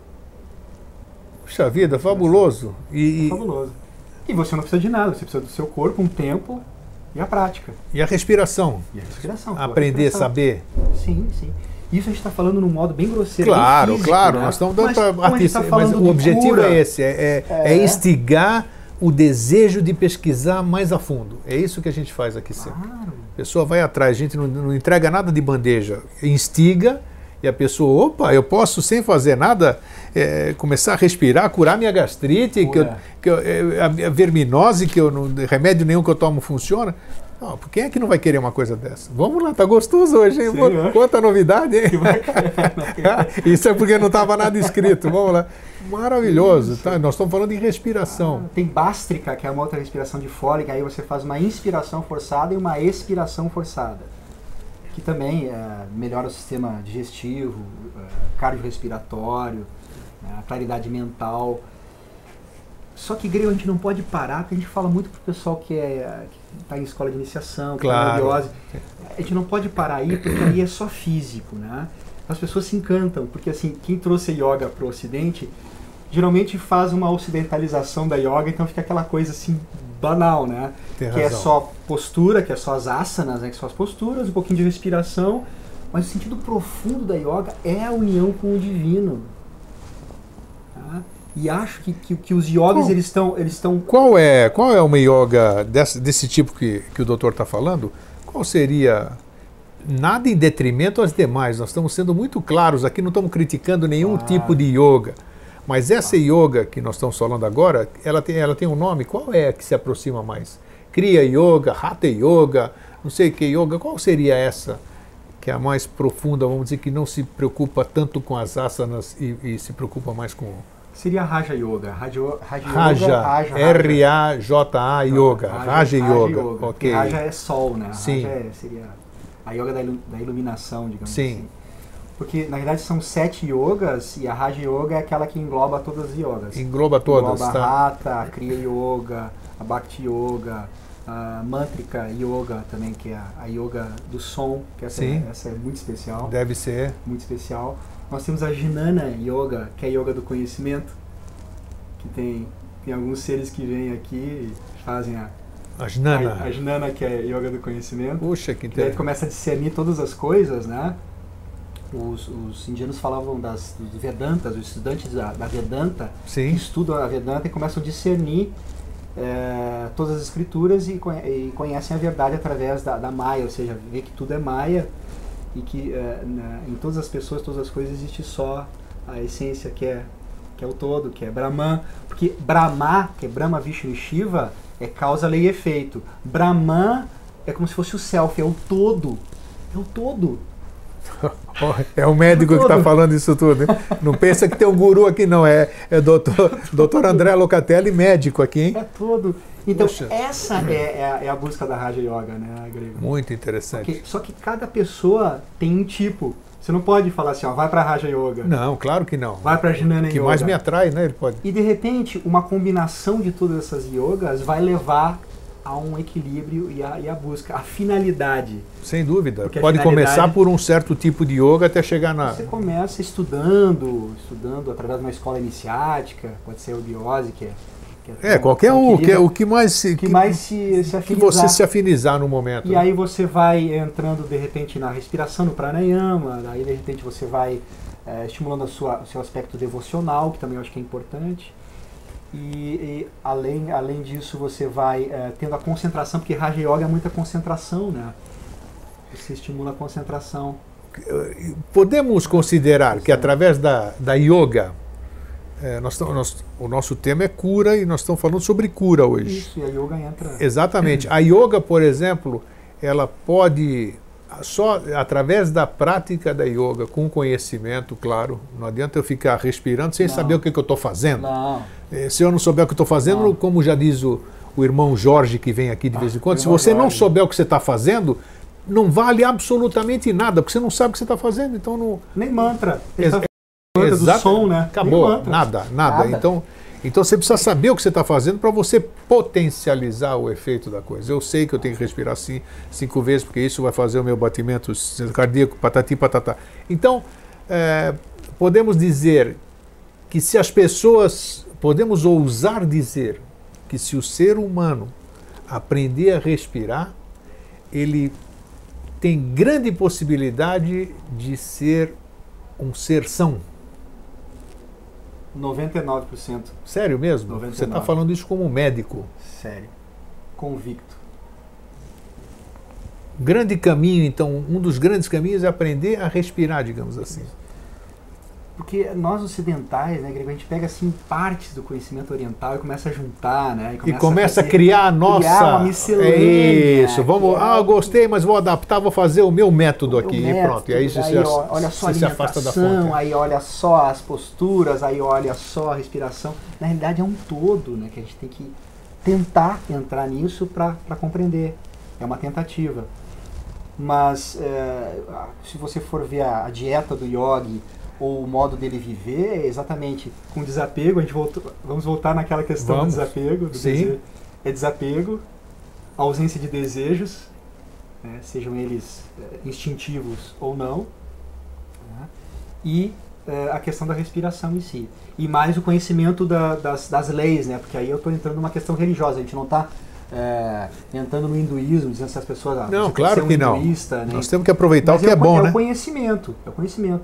Puxa vida, fabuloso. Fabuloso. E você não precisa de nada, você precisa do seu corpo, um tempo e a prática. E a respiração? Aprender a saber? Sim. Isso a gente está falando num modo bem grosseiro. Claro, bem físico, claro. Né? Nós estamos dando para mas o objetivo cura, é esse, é instigar o desejo de pesquisar mais a fundo. É isso que a gente faz aqui sempre. Claro. A pessoa vai atrás, a gente não entrega nada de bandeja, instiga. E a pessoa, eu posso sem fazer nada começar a respirar, curar minha gastrite, a verminose, remédio nenhum que eu tomo funciona. Não, quem é que não vai querer uma coisa dessa? Vamos lá, tá gostoso hoje, hein? Sim, quanta novidade, hein? Isso é porque não estava nada escrito, vamos lá. Maravilhoso, tá? Nós estamos falando em respiração. Tem bástrica, que é uma outra respiração de fole, que aí você faz uma inspiração forçada e uma expiração forçada. Que também melhora o sistema digestivo, cardiorrespiratório, a claridade mental. Só que, Greu, a gente não pode parar, porque a gente fala muito para o pessoal que está em escola de iniciação, que está nervosa. A gente não pode parar aí, porque aí é só físico, né? As pessoas se encantam, porque assim, quem trouxe yoga para o Ocidente, geralmente faz uma ocidentalização da yoga, então fica aquela coisa assim, banal, né? Tem que razão. É só postura, que é só as asanas, né? Que são as posturas, um pouquinho de respiração, mas o sentido profundo da yoga é a união com o divino. E acho que os yogis, eles estão... Qual é uma yoga desse tipo que o doutor está falando? Qual seria... Nada em detrimento às demais, nós estamos sendo muito claros aqui, não estamos criticando nenhum tipo de yoga. Mas essa yoga que nós estamos falando agora, ela tem um nome, qual é a que se aproxima mais? Kriya Yoga, Hatha Yoga, não sei que yoga, qual seria essa que é a mais profunda, vamos dizer, que não se preocupa tanto com as asanas e se preocupa mais com... Seria Raja Yoga. Raja, R-A-J-A Yoga, Raja Yoga. Ok. Raja é sol, né? Sim. Raja seria a yoga da iluminação, digamos Sim. assim. Porque, na verdade, são 7 yogas e a Raja Yoga é aquela que engloba todas as yogas. Engloba todas, engloba tá? a Hatha, a Kriya Yoga, a Bhakti Yoga, a Mantrika Yoga também, que é a yoga do som, que essa é muito especial. Deve ser. Muito especial. Nós temos a Jnana Yoga, que é a yoga do conhecimento, que tem alguns seres que vêm aqui e fazem a Jnana, que é a yoga do conhecimento. Puxa, que interessante. Daí começa a discernir todas as coisas, né? Os indianos falavam dos Vedantas, os estudantes da Vedanta, Sim. que estudam a Vedanta e começam a discernir todas as escrituras e conhecem a verdade através da Maya, ou seja, vê que tudo é Maya e que em todas as pessoas, todas as coisas, existe só a essência que é o todo, que é Brahman. Porque Brahma, que é Brahma, Vishnu e Shiva, é causa, lei e efeito. Brahman é como se fosse o self, é o todo. É o todo. É o médico que está falando isso tudo, hein? Não pensa que tem um guru aqui, não. É doutor André Locatelli, médico aqui, hein? É todo. Então, Poxa. Essa é a busca da Raja Yoga, né, Grego? Muito interessante. Só que cada pessoa tem um tipo. Você não pode falar assim, ó, vai para Raja Yoga. Não, claro que não. Vai para Jnana Yoga. O que mais me atrai, né? Ele pode. E de repente, uma combinação de todas essas yogas vai levar a um equilíbrio e a busca, a finalidade. Sem dúvida. Porque pode começar por um certo tipo de yoga até chegar na... Você começa estudando através de uma escola iniciática, pode ser o Biose, que é qualquer um, o que mais se afinizar. Que você se afinizar no momento. E aí você vai entrando de repente na respiração, no pranayama, aí de repente você vai estimulando o seu aspecto devocional, que também eu acho que é importante. E além disso você vai tendo a concentração, porque Raja Yoga é muita concentração, né? Você estimula a concentração. Podemos considerar que através da yoga, o nosso tema é cura e nós estamos falando sobre cura hoje. Isso, e a yoga entra... Exatamente. A yoga, por exemplo, ela pode, só através da prática da yoga, com conhecimento, claro, não adianta eu ficar respirando sem saber o que eu estou fazendo. Não. Se eu não souber o que eu estou fazendo, como já diz o irmão Jorge, que vem aqui de vez em quando, se você não souber o que você está fazendo, não vale absolutamente nada, porque você não sabe o que você está fazendo, então não... Nem mantra. Do som, né? Acabou, nada. Então você precisa saber o que você está fazendo para você potencializar o efeito da coisa. Eu sei que eu tenho que respirar assim 5 vezes, porque isso vai fazer o meu batimento cardíaco, patati patatá. Então, podemos dizer que se as pessoas, podemos ousar dizer que se o ser humano aprender a respirar, ele tem grande possibilidade de ser um ser são. 99%. Sério mesmo? 99%. Você está falando isso como médico? Sério. Convicto. Grande caminho, então, um dos grandes caminhos é aprender a respirar, digamos assim. Porque nós ocidentais, né, Grego, a gente pega assim partes do conhecimento oriental e começa a juntar, né? E começa a criar a nossa... Criar uma miscelânea. É isso, vamos... eu gostei, mas vou adaptar, vou fazer o meu método aqui. E pronto, e aí você olha só se afasta da fonte. Aí olha só as posturas, aí olha só a respiração. Na realidade é um todo, né? Que a gente tem que tentar entrar nisso para compreender. É uma tentativa. Mas se você for ver a dieta do yogi, ou o modo dele viver, é exatamente com desapego. Vamos voltar naquela questão do desapego. É desapego, ausência de desejos, né, sejam eles instintivos ou não, né, e a questão da respiração em si. E mais o conhecimento das leis, né, porque aí eu estou entrando numa questão religiosa, a gente não está entrando no hinduísmo, dizendo se as pessoas... Não, claro que não. Né? Nós temos que aproveitar o que é bom, né? É o conhecimento.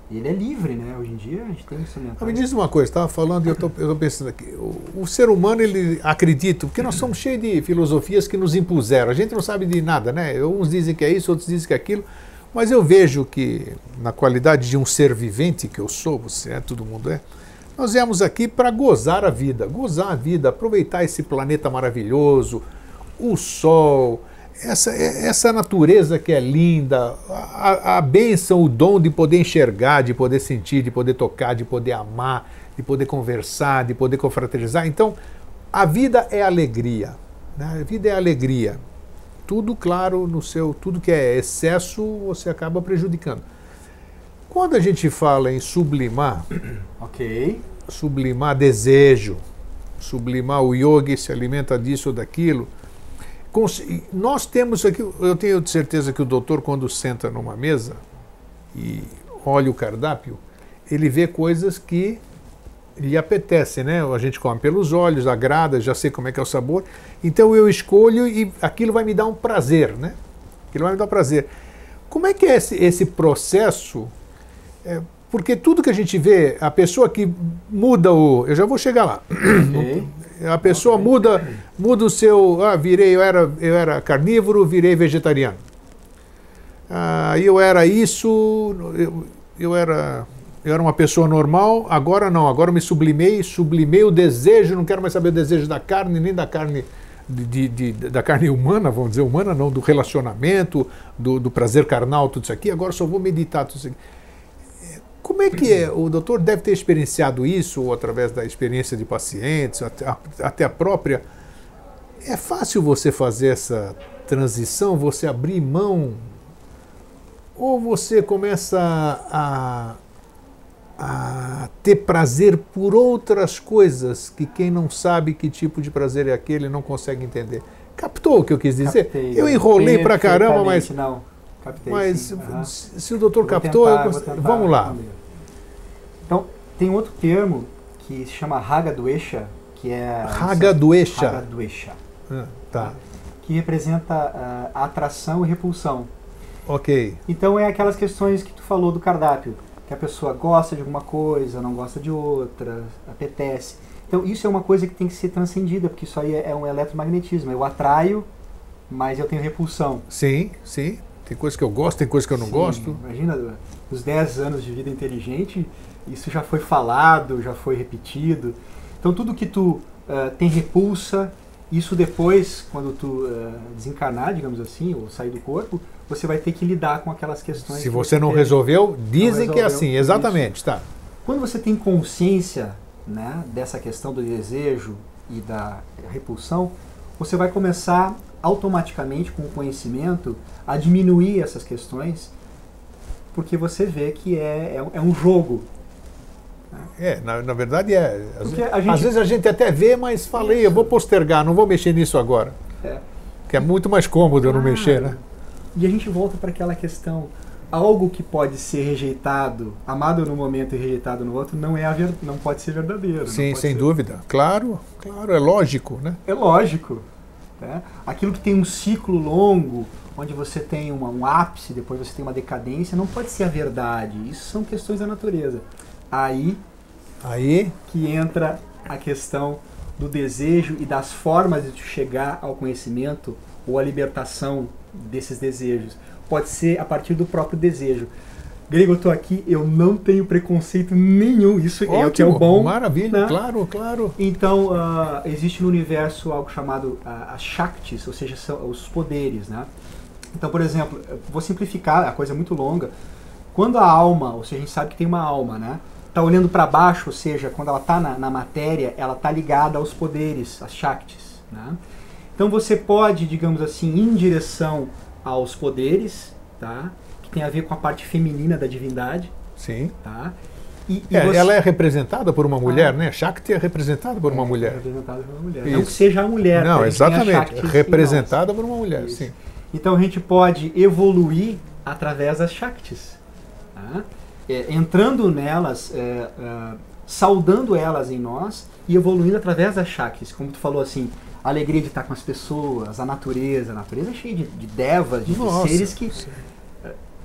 ele é livre, né? Hoje em dia a gente tem instrumentais. Me diz uma coisa, estava falando e eu estou pensando aqui. O ser humano, ele acredita, porque nós somos cheios de filosofias que nos impuseram. A gente não sabe de nada, né? Uns dizem que é isso, outros dizem que é aquilo. Mas eu vejo que, na qualidade de um ser vivente que eu sou, você é, todo mundo é, nós viemos aqui para gozar a vida, aproveitar esse planeta maravilhoso, o sol, essa natureza que é linda, a bênção, o dom de poder enxergar, de poder sentir, de poder tocar, de poder amar, de poder conversar, de poder confraternizar. Então, a vida é alegria, né? A vida é alegria. Tudo, claro, tudo que é excesso, você acaba prejudicando. Quando a gente fala em sublimar, sublimar desejo, sublimar o yogi se alimenta disso ou daquilo, nós temos aqui, eu tenho certeza que o doutor, quando senta numa mesa e olha o cardápio, ele vê coisas que lhe apetecem, né? A gente come pelos olhos, agrada, já sei como é que é o sabor, então eu escolho e aquilo vai me dar um prazer, né? Aquilo vai me dar um prazer. Como é que é esse processo? Porque tudo que a gente vê, a pessoa que muda eu já vou chegar lá. A pessoa muda o seu... eu era carnívoro, virei vegetariano. Eu era isso, eu era uma pessoa normal, agora não, agora eu me sublimei o desejo, não quero mais saber o desejo da carne, nem da carne da carne humana, vamos dizer, humana não, do relacionamento, do prazer carnal, tudo isso aqui, agora só vou meditar tudo isso aqui. Como é que é? O doutor deve ter experienciado isso, ou através da experiência de pacientes, até a própria. É fácil você fazer essa transição, você abrir mão, ou você começa a ter prazer por outras coisas que quem não sabe que tipo de prazer é aquele não consegue entender. Captou o que eu quis dizer? Captei, eu enrolei pra caramba, mas... Não, captei, mas uhum. Se o doutor captou, vamos lá. Responder. Então, tem outro termo que se chama Raga Dvesha, que é... Raga Dvesha. Raga Dvesha. Tá. Que representa a atração e repulsão. Ok. Então é aquelas questões que tu falou do cardápio, que a pessoa gosta de alguma coisa, não gosta de outra, apetece. Então isso é uma coisa que tem que ser transcendida, porque isso aí é um eletromagnetismo. Eu atraio, mas eu tenho repulsão. Sim, sim. Tem coisas que eu gosto, tem coisas que eu não gosto. Imagina, os 10 anos de vida inteligente, isso já foi falado, já foi repetido. Então tudo que tu tem repulsa, isso depois, quando tu desencarnar, digamos assim, ou sair do corpo, você vai ter que lidar com aquelas questões. Se você não resolveu, dizem que é assim, exatamente, isso. Tá. Quando você tem consciência, né, dessa questão do desejo e da repulsão, você vai começar automaticamente, com o conhecimento, a diminuir essas questões, porque você vê que é um jogo. Na verdade é. Às vezes a gente até vê, mas falei, eu vou postergar, não vou mexer nisso agora. Que é muito mais cômodo eu não mexer, né? E a gente volta para aquela questão, algo que pode ser rejeitado, amado num momento e rejeitado no outro, não pode ser verdadeiro. Sim, sem dúvida. Claro, é lógico, né? É lógico. Né? Aquilo que tem um ciclo longo, onde você tem um ápice, depois você tem uma decadência, não pode ser a verdade. Isso são questões da natureza. Aí que entra a questão do desejo e das formas de chegar ao conhecimento ou à libertação desses desejos. Pode ser a partir do próprio desejo. Grego, eu estou aqui, eu não tenho preconceito nenhum. Isso é o que é o bom. Maravilha, né? Claro. Então, existe no universo algo chamado as Shaktis, ou seja, são os poderes, né? Então, por exemplo, vou simplificar, a coisa é muito longa. Quando a alma, ou seja, a gente sabe que tem uma alma, né? Está olhando para baixo, ou seja, quando ela está na matéria, ela está ligada aos poderes, às Shaktis, né? Então você pode, digamos assim, ir em direção aos poderes, tá? Que tem a ver com a parte feminina da divindade. Sim. Tá? Ela é representada por uma mulher, né? Shakti é representada por uma mulher. É representada por uma mulher. Não que seja a mulher. Não, exatamente. Shaktis, representada por uma mulher, isso. sim. Então a gente pode evoluir através das Shaktis. Tá? Entrando nelas, saudando elas em nós e evoluindo através das Shaktis. Como tu falou assim, a alegria de estar com as pessoas, a natureza é cheia de devas, de seres que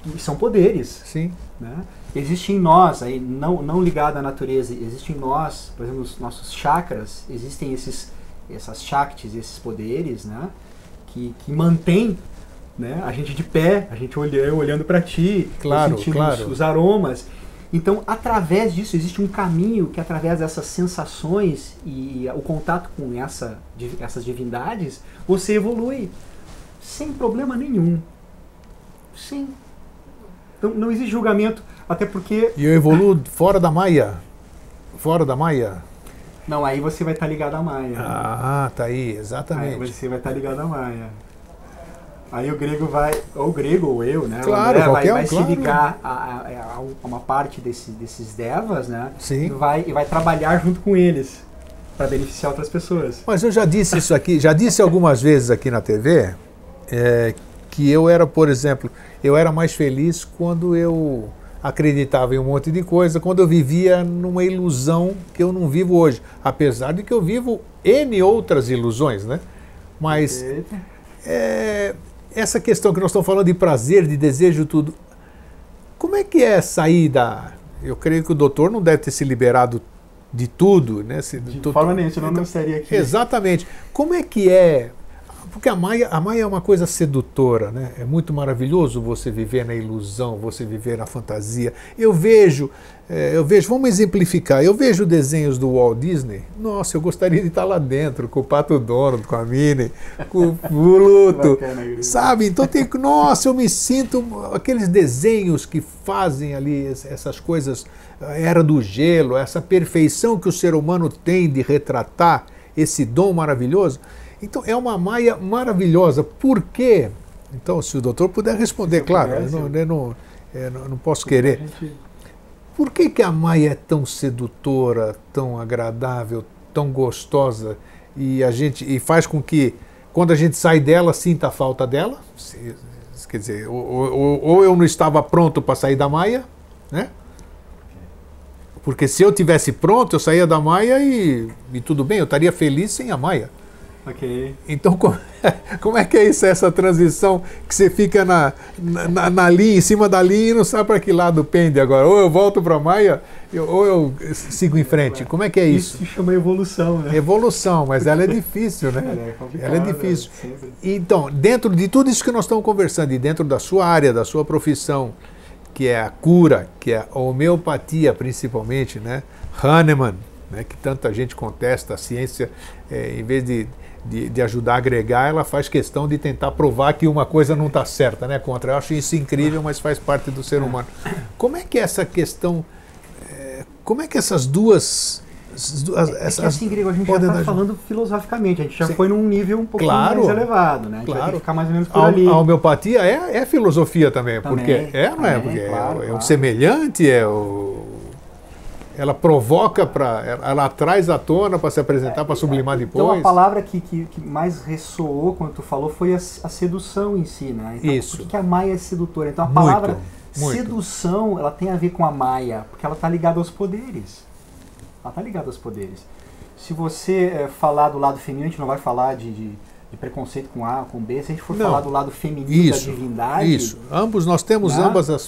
que são poderes. Sim. Né? Existe em nós, aí, não ligado à natureza, existe em nós, por exemplo, nos nossos chakras, existem essas shaktis, esses poderes, né? que mantêm, né, a gente de pé, a gente olhando para ti, claro, sentimos claro. os aromas. Então, através disso, existe um caminho que, através dessas sensações e o contato com essas divindades, você evolui sem problema nenhum. Sim. Então, não existe julgamento, até porque... E eu evoluo fora da Maia? Fora da Maia? Não, aí você vai estar ligado à Maia. Ah, tá aí, exatamente. Aí você vai estar ligado à Maia. Aí o grego vai, ou o grego ou eu, né? Claro, vai claro. se ligar a uma parte desses devas, né? Sim. E vai trabalhar junto com eles para beneficiar outras pessoas. Mas eu já disse isso aqui, já disse algumas vezes aqui na TV, que eu era, por exemplo, eu era mais feliz quando eu acreditava em um monte de coisa, quando eu vivia numa ilusão que eu não vivo hoje, apesar de que eu vivo N outras ilusões, né? Mas essa questão que nós estamos falando de prazer, de desejo, tudo, como é que é sair da... Eu creio que o doutor não deve ter se liberado de tudo, né? De forma nenhuma, senão não estaria aqui. Exatamente. Como é que é... Porque a Maia é uma coisa sedutora, né? É muito maravilhoso você viver na ilusão, você viver na fantasia. Eu vejo, vamos exemplificar, eu vejo desenhos do Walt Disney, nossa, eu gostaria de estar lá dentro, com o Pato Donald, com a Minnie, com o Luto, sabe? Então nossa, eu me sinto, aqueles desenhos que fazem ali essas coisas, a Era do Gelo, essa perfeição que o ser humano tem de retratar esse dom maravilhoso. Então, é uma Maia maravilhosa. Por quê? Então, se o doutor puder responder, claro, eu não posso querer. Por que a Maia é tão sedutora, tão agradável, tão gostosa e faz com que, quando a gente sai dela, sinta a falta dela? Quer dizer, ou eu não estava pronto para sair da Maia, né? Porque se eu tivesse pronto, eu saía da Maia e tudo bem, eu estaria feliz sem a Maia. Okay. Então, como é que é isso, essa transição que você fica na linha, em cima da linha e não sabe para que lado pende agora? Ou eu volto para a Maia, ou eu sigo em frente. Como é que é isso? Isso se chama evolução, né? Evolução, mas ela é difícil, né? Ela é difícil. Então, dentro de tudo isso que nós estamos conversando, e dentro da sua área, da sua profissão, que é a cura, que é a homeopatia principalmente, né? Hahnemann, né? Que tanta gente contesta, a ciência, em vez de ajudar a agregar, ela faz questão de tentar provar que uma coisa não está certa, né? Contra. Eu acho isso incrível, mas faz parte do ser humano. Como é que é essa questão, como é que essas duas... assim, Grego, a gente já está falando filosoficamente, a gente já foi num nível um pouquinho mais elevado, né? A gente vai ter que ficar mais ou menos por ali. A homeopatia é filosofia também, porque não é? Porque é um semelhante, ela provoca, ela traz à tona para se apresentar, para sublimar depois. Então a palavra que mais ressoou quando tu falou foi a sedução em si, né? Então, isso. Por que a Maia é sedutora? Então a palavra sedução, ela tem a ver com a Maia, porque ela está ligada aos poderes. Ela está ligada aos poderes. Se você falar do lado feminino, a gente não vai falar de preconceito com A, com B. Se a gente for falar do lado feminino da divindade... Isso, ambos, nós temos ambas as...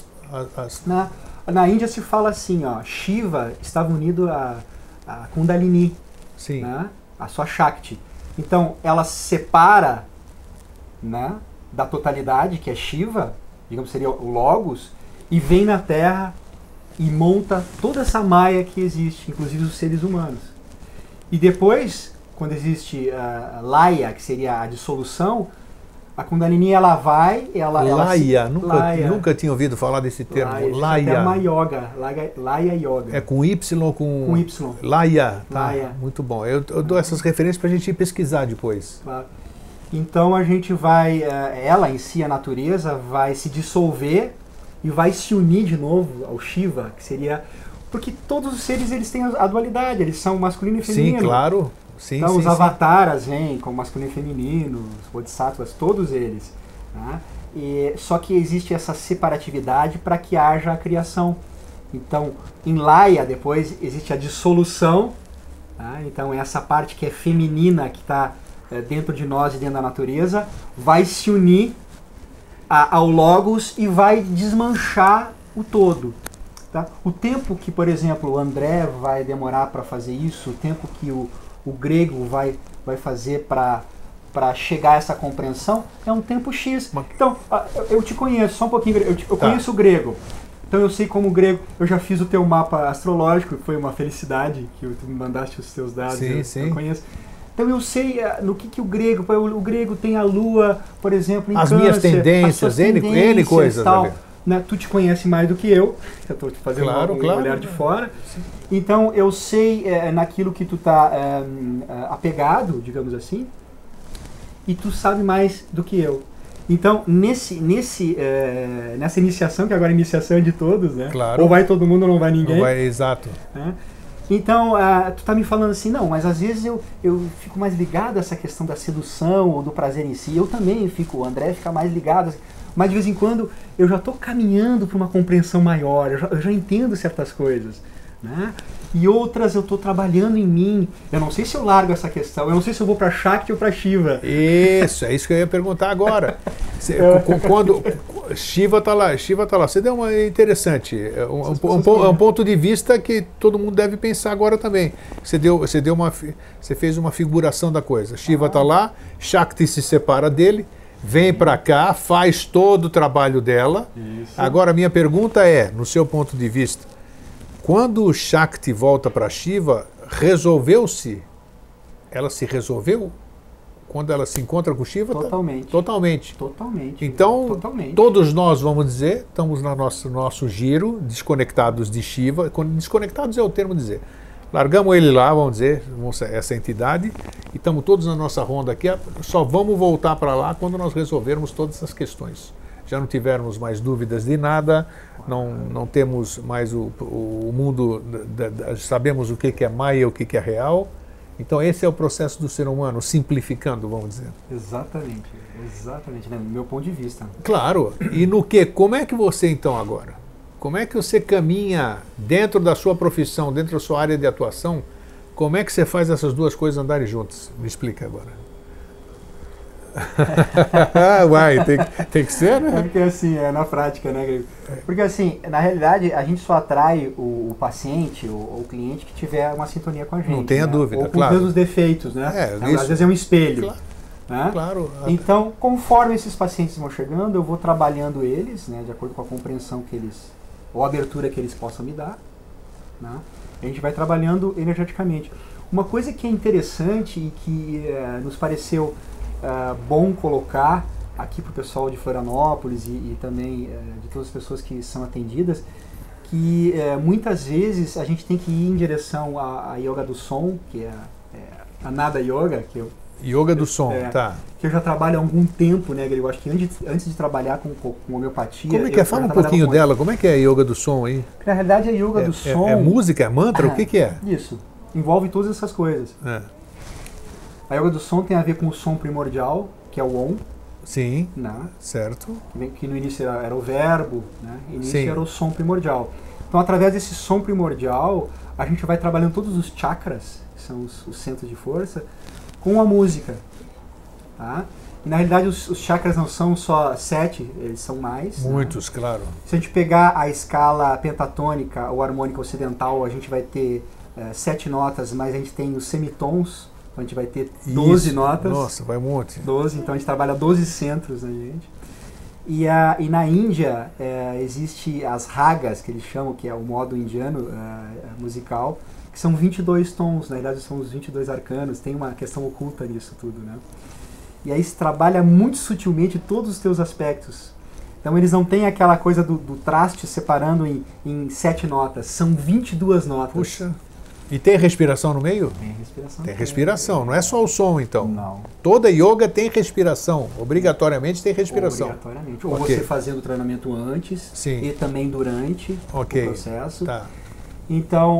Na Índia se fala assim, ó, Shiva estava unido a Kundalini, sim, né, a sua Shakti. Então, ela se separa, né, da totalidade, que é Shiva, digamos seria o Logos, e vem na Terra e monta toda essa maia que existe, inclusive os seres humanos. E depois, quando existe a Laya, que seria a dissolução, a Kundalini, ela vai... Laya, nunca tinha ouvido falar desse termo. Laya. É uma yoga, Laya Yoga. É com Y ou com... Com Y. Laya, tá. Laya. Muito bom. Eu dou essas referências para a gente ir pesquisar depois. Claro. Então a gente vai... ela em si, a natureza, vai se dissolver e vai se unir de novo ao Shiva, que seria... Porque todos os seres, eles têm a dualidade, eles são masculino e feminino. Sim, claro. Sim, então os avataras vêm como masculino e feminino, os bodhisattvas, todos eles. Né? Só que existe essa separatividade para que haja a criação. Então, em Laya, depois, existe a dissolução. Tá? Então, essa parte que é feminina, que está dentro de nós e dentro da natureza, vai se unir ao logos e vai desmanchar o todo. Tá? O tempo que, por exemplo, o André vai demorar para fazer isso, o tempo que o grego vai fazer para chegar a essa compreensão, é um tempo X. Então, eu te conheço, só um pouquinho, eu conheço o grego. Então eu sei como o grego, eu já fiz o teu mapa astrológico, foi uma felicidade que tu me mandaste os teus dados, eu conheço. Então eu sei no que o grego tem a lua, por exemplo, em as Câncer, minhas tendências, N coisas. Tal, né? Tu te conhece mais do que eu estou te fazendo um olhar de fora. Sim. Então eu sei naquilo que tu está apegado, digamos assim, e tu sabe mais do que eu. Então, nessa iniciação, que agora a iniciação é de todos, né? Claro. Ou vai todo mundo ou não vai ninguém. Não vai, exato. Né? Então, tu tá me falando assim, não, mas às vezes eu fico mais ligado a essa questão da sedução ou do prazer em si. Eu também fico, o André fica mais ligado, mas de vez em quando eu já estou caminhando para uma compreensão maior, eu já entendo certas coisas. Né? E outras eu estou trabalhando em mim. Eu não sei se eu largo essa questão, eu não sei se eu vou para Shakti ou para Shiva. Isso, é isso que eu ia perguntar agora. Quando Shiva está lá, você deu uma interessante, um ponto de vista que todo mundo deve pensar agora também. Você fez uma figuração da coisa. Shiva está lá, Shakti se separa dele, vem para cá, faz todo o trabalho dela. Isso. Agora a minha pergunta é, no seu ponto de vista, quando o Shakti volta para Shiva, resolveu-se? Ela se resolveu? Quando ela se encontra com Shiva? Totalmente. Totalmente. Então, todos nós, vamos dizer, estamos no nosso giro, desconectados de Shiva. Desconectados é o termo dizer. Largamos ele lá, vamos dizer, essa entidade, e estamos todos na nossa ronda aqui. Só vamos voltar para lá quando nós resolvermos todas essas questões. Já não tivermos mais dúvidas de nada, não temos mais o mundo, sabemos o que é Maya e o que é real. Então esse é o processo do ser humano, simplificando, vamos dizer. Exatamente, né? Do meu ponto de vista. Claro, e como é que você então agora? Como é que você caminha dentro da sua profissão, dentro da sua área de atuação, como é que você faz essas duas coisas andarem juntas? Me explica agora. Vai, tem que ser, né? É porque assim, é na prática, né, Grego? Porque assim, na realidade, a gente só atrai o paciente ou o cliente que tiver uma sintonia com a gente. Não tenha dúvida, ou com os mesmos defeitos, né? Às vezes é um espelho. Claro. Né? Claro. Então, conforme esses pacientes vão chegando, eu vou trabalhando eles, né, de acordo com a compreensão que eles, ou a abertura que eles possam me dar. Né? A gente vai trabalhando energeticamente. Uma coisa que é interessante e que nos pareceu bom colocar aqui para o pessoal de Florianópolis e também de todas as pessoas que são atendidas, que muitas vezes a gente tem que ir em direção à yoga do som, que é a Nada Yoga, que eu Yoga do som, tá. Que eu já trabalho há algum tempo, né, Grego? Eu acho que antes de trabalhar com homeopatia... Como é que é? Fala um pouquinho dela. Como é que é a yoga do som aí? Na realidade, a yoga do som... É música? É mantra? O que é? Isso. Envolve todas essas coisas. A yoga do som tem a ver com o som primordial, que é o Om. Sim, né? Certo. Que no início era o verbo, né? No início era o som primordial. Então, através desse som primordial, a gente vai trabalhando todos os chakras, que são os centros de força, com a música. Tá? E, na realidade, os chakras não são só 7, eles são mais. Muitos, né? Claro. Se a gente pegar a escala pentatônica ou harmônica ocidental, a gente vai ter 7 notas, mas a gente tem os semitons, então a gente vai ter 12 notas. Nossa, vai um monte. 12, então a gente trabalha 12 centros na gente. E na Índia existe as ragas, que eles chamam, que é o modo indiano musical, que são 22 tons, na verdade são os 22 arcanos, tem uma questão oculta nisso tudo, né? E aí se trabalha muito sutilmente todos os teus aspectos. Então eles não têm aquela coisa do traste separando em 7 notas, são 22 notas. Puxa. E tem respiração no meio? Tem respiração. Tem respiração, não é só o som então? Não. Toda yoga tem respiração, obrigatoriamente tem respiração. Obrigatoriamente. Ou você fazendo o treinamento antes e também durante o processo. Tá. Então,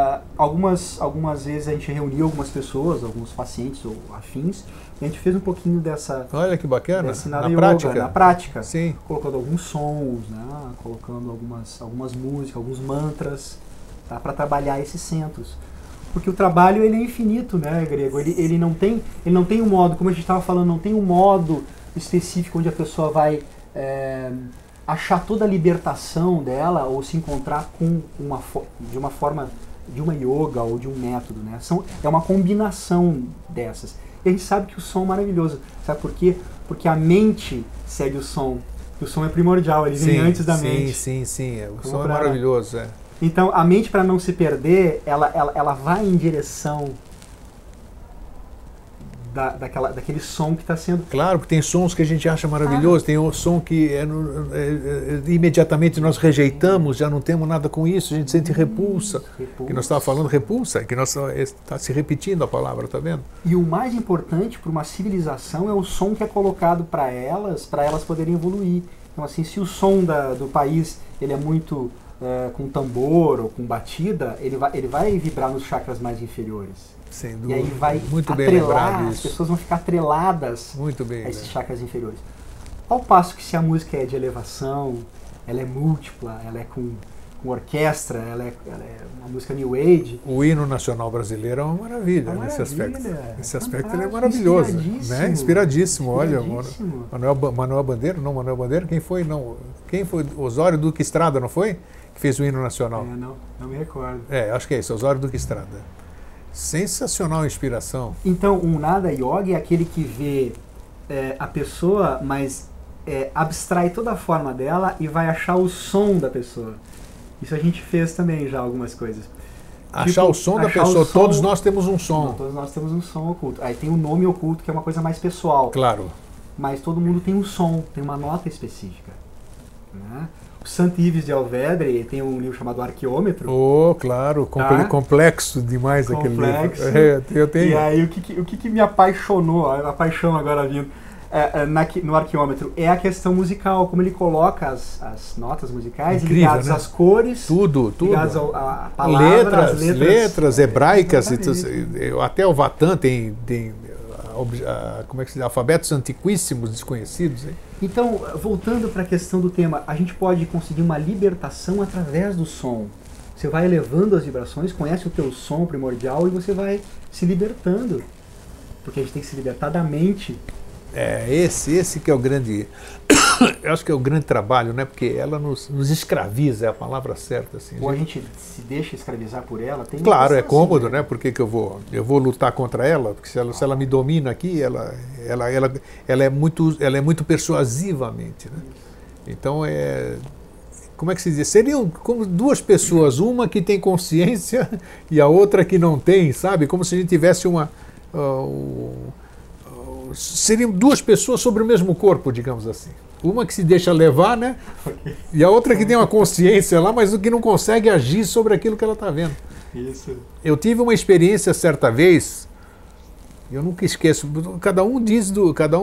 algumas vezes a gente reuniu algumas pessoas, alguns pacientes ou afins, e a gente fez um pouquinho dessa... Olha que bacana, na prática. Na prática. Sim. Colocando alguns sons, né? Colocando algumas músicas, alguns mantras, tá? Para trabalhar esses centros. Porque o trabalho ele é infinito, né, Grego? Ele não tem um modo, como a gente estava falando, não tem um modo específico onde a pessoa vai achar toda a libertação dela ou se encontrar de uma forma, de uma yoga ou de um método, né? É uma combinação dessas. E a gente sabe que o som é maravilhoso. Sabe por quê? Porque a mente segue o som. O som é primordial, ele vem antes da mente. Sim. O som é maravilhoso, Então, a mente, para não se perder, ela vai em direção daquele som que está sendo... Claro, porque tem sons que a gente acha maravilhoso, tem um som que imediatamente nós rejeitamos, já não temos nada com isso, a gente sente repulsa. Que nós estávamos falando repulsa, que está se repetindo a palavra, tá vendo? E o mais importante para uma civilização é o som que é colocado para elas poderem evoluir. Então, assim, se o som do país ele é muito com tambor ou com batida, ele vai vibrar nos chakras mais inferiores. Sem dúvida. E aí vai muito atrelar, as pessoas vão ficar atreladas a esses chakras inferiores. Ao passo que se a música é de elevação, ela é múltipla, ela é com orquestra, ela é uma música New Age. O hino nacional brasileiro é uma maravilha, nesse aspecto. Nesse aspecto ele é maravilhoso. Inspiradíssimo. Olha, Manuel Bandeira, quem foi? Osório Duque Estrada, não foi? Que fez o hino nacional. Não me recordo. Acho que é isso, Osório Duque Estrada. Sensacional a inspiração. Então, um Nada Yogi é aquele que vê a pessoa, mas abstrai toda a forma dela e vai achar o som da pessoa. Isso a gente fez também já algumas coisas. Achar o som da pessoa, todos nós temos um som. Não, todos nós temos um som oculto. Aí tem o nome oculto, que é uma coisa mais pessoal. Claro. Mas todo mundo tem um som, tem uma nota específica. Né? O Sant Ives de Alvedre tem um livro chamado Arqueômetro. Claro, complexo demais aquele livro. Eu tenho. E aí o que me apaixonou, a paixão agora vindo, no Arqueômetro, é a questão musical, como ele coloca as notas musicais ligadas às cores, tudo. ligadas a palavras, letras hebraicas, até o Vatan tem como é que se diz? Alfabetos antiquíssimos, desconhecidos. Hein? Então, voltando para a questão do tema, a gente pode conseguir uma libertação através do som. Você vai elevando as vibrações, conhece o teu som primordial e você vai se libertando. Porque a gente tem que se libertar da mente. Esse que é o grande... Eu acho que é o grande trabalho, né? Porque ela nos escraviza, é a palavra certa. Assim, Ou a gente se deixa escravizar por ela. Claro, é cômodo, né? Por que eu vou lutar contra ela? Porque se ela me domina aqui, ela é muito persuasivamente, né? Então, como é que se diz? Seriam como duas pessoas, uma que tem consciência e a outra que não tem, sabe? Como se a gente tivesse seriam duas pessoas sobre o mesmo corpo, digamos assim. Uma que se deixa levar, né? E a outra que tem uma consciência lá, mas que não consegue agir sobre aquilo que ela está vendo. Isso. Eu tive uma experiência certa vez, eu nunca esqueço, cada um diz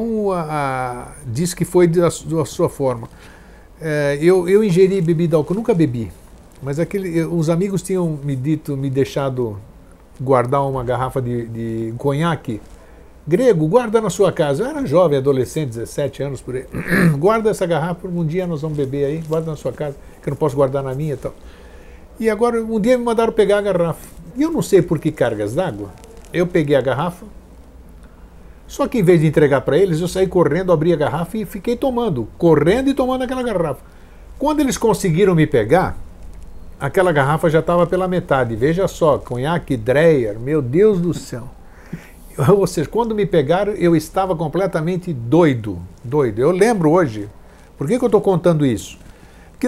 que foi da sua forma. Eu ingeri bebida alcoólica, nunca bebi, mas os amigos tinham me deixado guardar uma garrafa de conhaque grego, guarda na sua casa. Eu era jovem, adolescente, 17 anos por aí. Guarda essa garrafa, um dia nós vamos beber aí, guarda na sua casa, que eu não posso guardar na minha e tal. E agora, um dia me mandaram pegar a garrafa. E eu não sei por que cargas d'água. Eu peguei a garrafa, só que em vez de entregar para eles, eu saí correndo, abri a garrafa e fiquei correndo e tomando aquela garrafa. Quando eles conseguiram me pegar, aquela garrafa já estava pela metade. Veja só, conhaque Dreyer, meu Deus do céu. Ou seja, quando me pegaram, eu estava completamente doido. Eu lembro hoje. Por que eu estou contando isso? Porque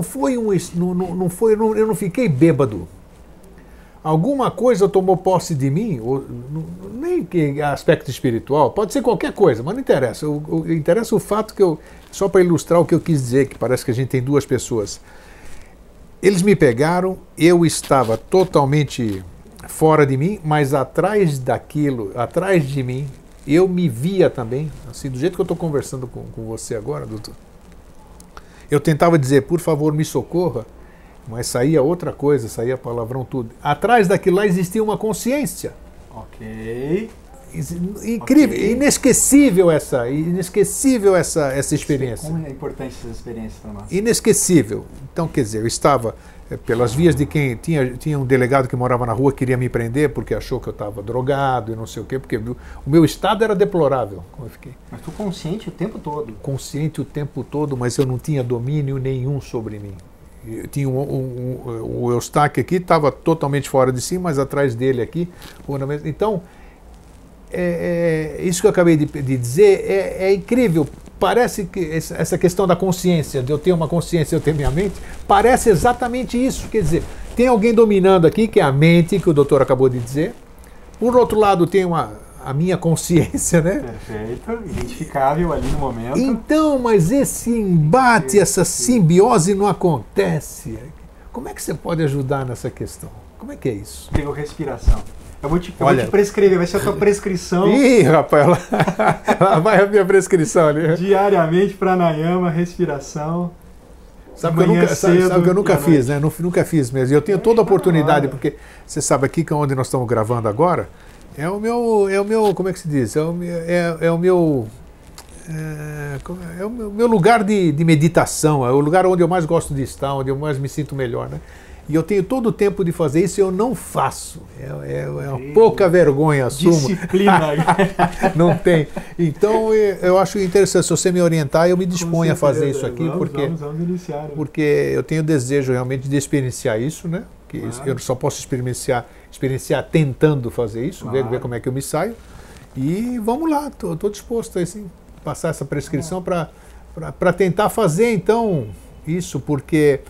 eu não fiquei bêbado. Alguma coisa tomou posse de mim, nem que aspecto espiritual, pode ser qualquer coisa, mas não interessa. Interessa o fato que só para ilustrar o que eu quis dizer, que parece que a gente tem duas pessoas. Eles me pegaram, eu estava totalmente fora de mim, mas atrás de mim, eu me via também, assim, do jeito que eu estou conversando com você agora, doutor. Eu tentava dizer, por favor, me socorra, mas saía outra coisa, saía palavrão tudo. Atrás daquilo lá existia uma consciência. Ok. Incrível, okay. Inesquecível essa experiência. Como é importante essa experiência para nós? Inesquecível. Então, quer dizer, eu estava pelas vias de quem tinha um delegado que morava na rua que queria me prender porque achou que eu estava drogado e não sei o quê, porque o meu estado era deplorável, como eu fiquei. Mas tu consciente o tempo todo? Consciente o tempo todo, mas eu não tinha domínio nenhum sobre mim. Eu tinha o Eustáquio aqui, estava totalmente fora de si, mas atrás dele aqui. Então, isso que eu acabei de dizer é incrível. Parece que essa questão da consciência, de eu ter uma consciência, eu ter minha mente, parece exatamente isso. Quer dizer, tem alguém dominando aqui, que é a mente, que o doutor acabou de dizer. Por outro lado, tem a minha consciência, né? Perfeito, identificável ali no momento. Então, mas esse embate, essa simbiose não acontece. Como é que você pode ajudar nessa questão? Como é que é isso? Pegou respiração. Eu vou te prescrever, vai ser a tua prescrição. Ih, rapaz, lá vai a minha prescrição ali. Diariamente, pranayama, respiração. Sabe que eu nunca fiz, né? Nunca fiz mesmo. E eu tenho toda a oportunidade, porque você sabe aqui que onde nós estamos gravando agora, é o meu, como é que se diz? É o meu lugar de meditação, é o lugar onde eu mais gosto de estar, onde eu mais me sinto melhor, né? E eu tenho todo o tempo de fazer isso e eu não faço. É uma pouca vergonha, assumo. Disciplina. Não tem. Então, eu acho interessante. Se você me orientar, eu me disponho a fazer isso aqui, vamos iniciar, né? Porque eu tenho desejo realmente de experienciar isso, né? Que eu só posso experienciar tentando fazer isso, ver como é que eu me saio. E vamos lá, estou disposto a assim, passar essa prescrição para tentar fazer, então, isso, porque...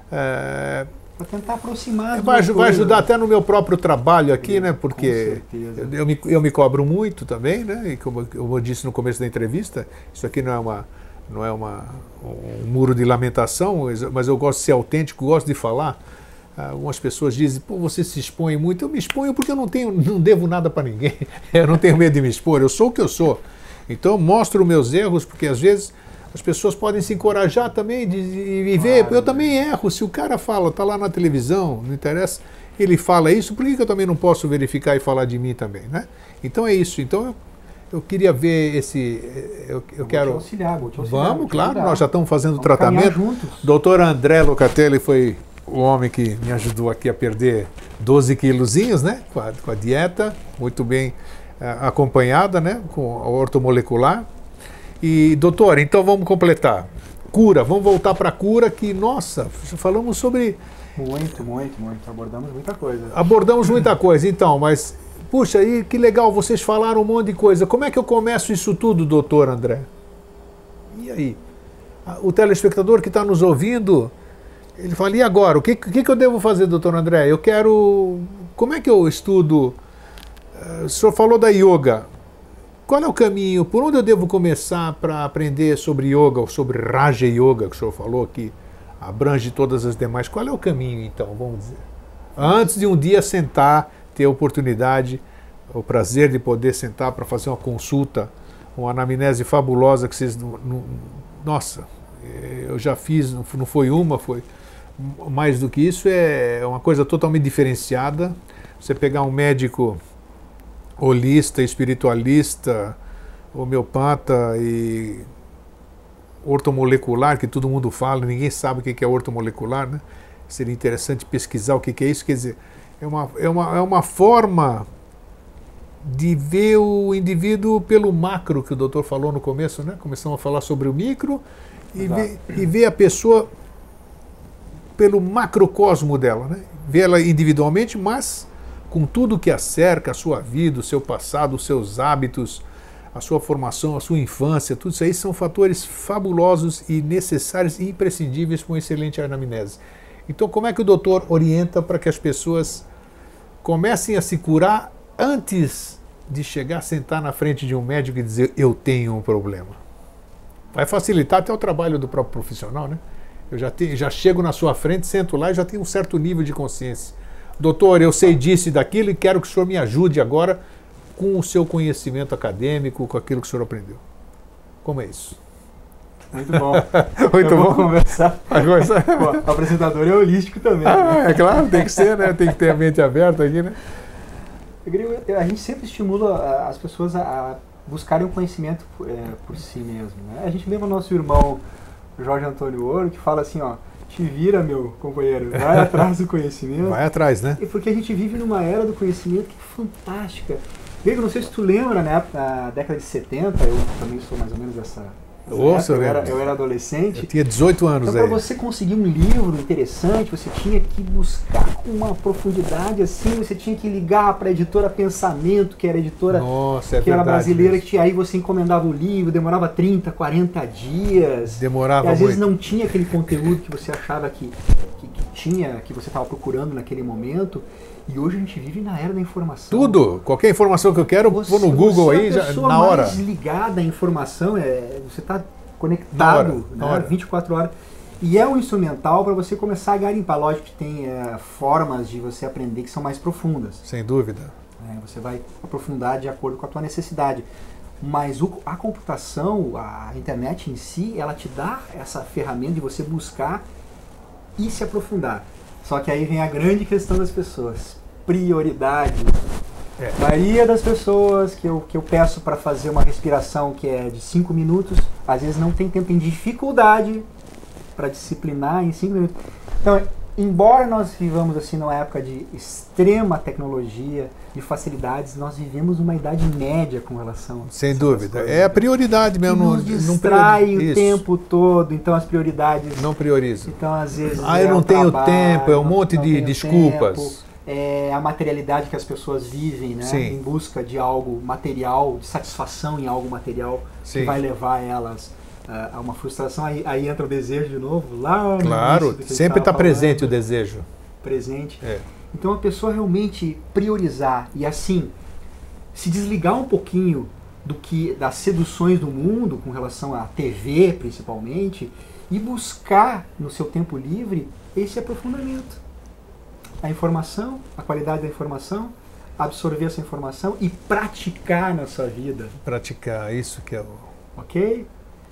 para tentar aproximar. Vai ajudar até no meu próprio trabalho aqui, né? Porque eu me cobro muito também, né? E como eu disse no começo da entrevista, isso aqui não é um muro de lamentação, mas eu gosto de ser autêntico, gosto de falar. Algumas pessoas dizem, pô, você se expõe muito. Eu me exponho porque eu não devo nada para ninguém. Eu não tenho medo de me expor, eu sou o que eu sou. Então eu mostro meus erros, porque às vezes as pessoas podem se encorajar também de ver. Eu também erro. Se o cara fala, está lá na televisão, não interessa, ele fala isso, por que eu também não posso verificar e falar de mim também, né? Então é isso. Então eu queria ver esse... Eu quero... Vou te auxiliar. Vamos, claro, nós já estamos fazendo o tratamento. Doutor André Locatelli foi o homem que me ajudou aqui a perder 12 quilozinhos, né? Com a dieta, muito bem acompanhada, né? Com a ortomolecular. E, doutor, então vamos completar. Cura, vamos voltar para a cura que, nossa, falamos sobre... Muito. Abordamos muita coisa. Abordamos muita coisa, então, mas, puxa, aí que legal, vocês falaram um monte de coisa. Como é que eu começo isso tudo, doutor André? E aí? O telespectador que está nos ouvindo, ele fala, e agora? O que eu devo fazer, doutor André? Eu quero... Como é que eu estudo? O senhor falou da yoga. Qual é o caminho? Por onde eu devo começar para aprender sobre yoga, ou sobre Raja Yoga, que o senhor falou, que abrange todas as demais? Qual é o caminho, então, vamos dizer? Antes de um dia sentar, ter a oportunidade, o prazer de poder sentar para fazer uma consulta, uma anamnese fabulosa que vocês... Nossa, eu já fiz, não foi uma, foi mais do que isso, é uma coisa totalmente diferenciada. Você pegar um médico... holista, espiritualista, homeopata e ortomolecular, que todo mundo fala, ninguém sabe o que é ortomolecular, né? Seria interessante pesquisar o que é isso. Quer dizer, é uma forma de ver o indivíduo pelo macro, que o doutor falou no começo, né? Começamos a falar sobre o micro e ver a pessoa pelo macrocosmo dela, né? Ver ela individualmente, mas com tudo que a cerca, a sua vida, o seu passado, os seus hábitos, a sua formação, a sua infância, tudo isso aí são fatores fabulosos e necessários e imprescindíveis para uma excelente anamnese. Então, como é que o doutor orienta para que as pessoas comecem a se curar antes de chegar a sentar na frente de um médico e dizer, eu tenho um problema? Vai facilitar até o trabalho do próprio profissional, né? Eu já chego na sua frente, sento lá e já tenho um certo nível de consciência. Doutor, eu sei disso e daquilo e quero que o senhor me ajude agora com o seu conhecimento acadêmico, com aquilo que o senhor aprendeu. Como é isso? Muito bom. Muito bom. Conversar. Pô, o apresentador é holístico também. Né? É claro, tem que ser, né? Tem que ter a mente aberta aqui, né? A gente sempre estimula as pessoas a buscarem o conhecimento por si mesmo, né? A gente lembra o nosso irmão Jorge Antônio Ouro, que fala assim, ó, Te vira, meu companheiro. Vai atrás do conhecimento. Vai atrás, né? E porque a gente vive numa era do conhecimento que é fantástica. Grego, não sei se tu lembra, né? Na década de 70, eu também sou mais ou menos dessa época, eu era adolescente. Eu tinha 18 anos então, aí. para você conseguir um livro interessante, você tinha que buscar com uma profundidade assim, você tinha que ligar para a editora Pensamento, que era a editora era brasileira, que aí você encomendava o livro, demorava 30, 40 dias. Demorava e às muito. vezes não tinha aquele conteúdo que você achava que tinha, que você estava procurando naquele momento. E hoje a gente vive na era da informação. Tudo! Qualquer informação que eu quero, vou no Google aí, já, na hora. Você é mais ligada à informação, você está conectado na hora. 24 horas. E é um instrumental para você começar a garimpar. Lógico que tem formas de você aprender que são mais profundas. Sem dúvida. Você vai aprofundar de acordo com a tua necessidade. Mas a computação, a internet em si, ela te dá essa ferramenta de você buscar e se aprofundar. Só que aí vem a grande questão das pessoas. Prioridade. A maioria das pessoas que eu peço para fazer uma respiração que é de 5 minutos, às vezes não tem tempo, tem dificuldade para disciplinar em 5 minutos. Então, embora nós vivamos assim numa época de extrema tecnologia, de facilidades, nós vivemos uma idade média com relação a sem dúvida. É a prioridade mesmo. Nos distrai o tempo todo, então as prioridades... Não prioriza. Então, às vezes... eu não tenho tempo, é um monte de desculpas. A materialidade que as pessoas vivem, né? Sim. Em busca de algo material, de satisfação em algo material, sim, que vai levar elas a uma frustração. Aí entra o desejo de novo, lá no claro, sempre está presente o desejo. Presente. Então a pessoa realmente priorizar e assim se desligar um pouquinho das seduções do mundo com relação à TV principalmente e buscar no seu tempo livre esse aprofundamento. A informação, a qualidade da informação, absorver essa informação e praticar na sua vida. Praticar, isso que é o... Ok?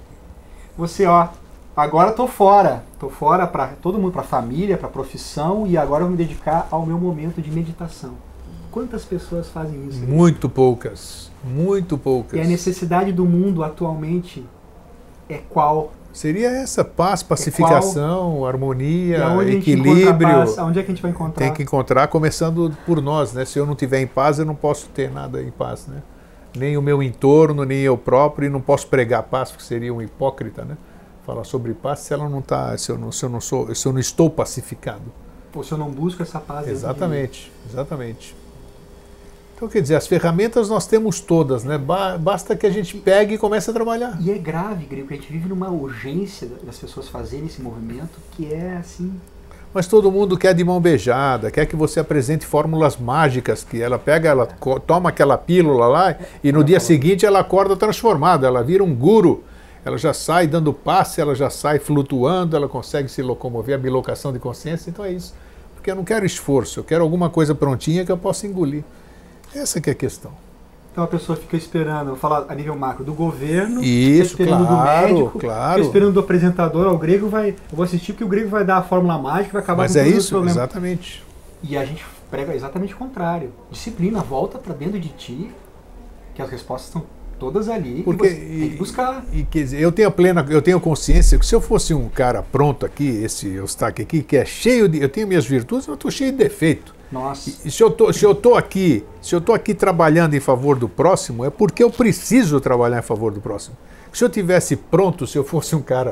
Você, agora tô fora para todo mundo, para a família, para a profissão, e agora eu vou me dedicar ao meu momento de meditação. Quantas pessoas fazem isso? Muito poucas, muito poucas. E a necessidade do mundo atualmente é qual? Seria essa paz, pacificação, harmonia, equilíbrio. Onde é que a gente vai encontrar? Tem que encontrar começando por nós, né? Se eu não estiver em paz, eu não posso ter nada em paz, né? Nem o meu entorno, nem eu próprio, e não posso pregar paz, porque seria um hipócrita, né? Falar sobre paz se ela não está, se eu não estou pacificado. Ou se eu não busco essa paz. Exatamente, exatamente. Então, quer dizer, as ferramentas nós temos todas, né? Basta que a gente pegue e comece a trabalhar. E é grave, Grego, que a gente vive numa urgência das pessoas fazerem esse movimento que é assim... Mas todo mundo quer de mão beijada, quer que você apresente fórmulas mágicas, que ela pega, ela toma aquela pílula lá e no dia seguinte ela acorda transformada, ela vira um guru. Ela já sai dando passe, ela já sai flutuando, ela consegue se locomover, a bilocação de consciência, então é isso. Porque eu não quero esforço, eu quero alguma coisa prontinha que eu possa engolir. Essa que é a questão. Então a pessoa fica esperando, vou falar a nível macro, do governo, isso, esperando claro, do médico, claro. Esperando do apresentador, o Grego eu vou assistir porque o Grego vai dar a fórmula mágica, vai acabar com todos os problemas. Exatamente. E a gente prega exatamente o contrário. Disciplina, volta para dentro de ti, que as respostas estão todas ali, porque, e você tem que buscar. Quer dizer, eu tenho consciência que se eu fosse um cara pronto aqui, esse Eustáquio aqui, que é cheio de... Eu tenho minhas virtudes, mas eu estou cheio de defeito. Nossa. E se eu tô aqui trabalhando em favor do próximo, é porque eu preciso trabalhar em favor do próximo. Se eu tivesse pronto, se eu fosse um cara,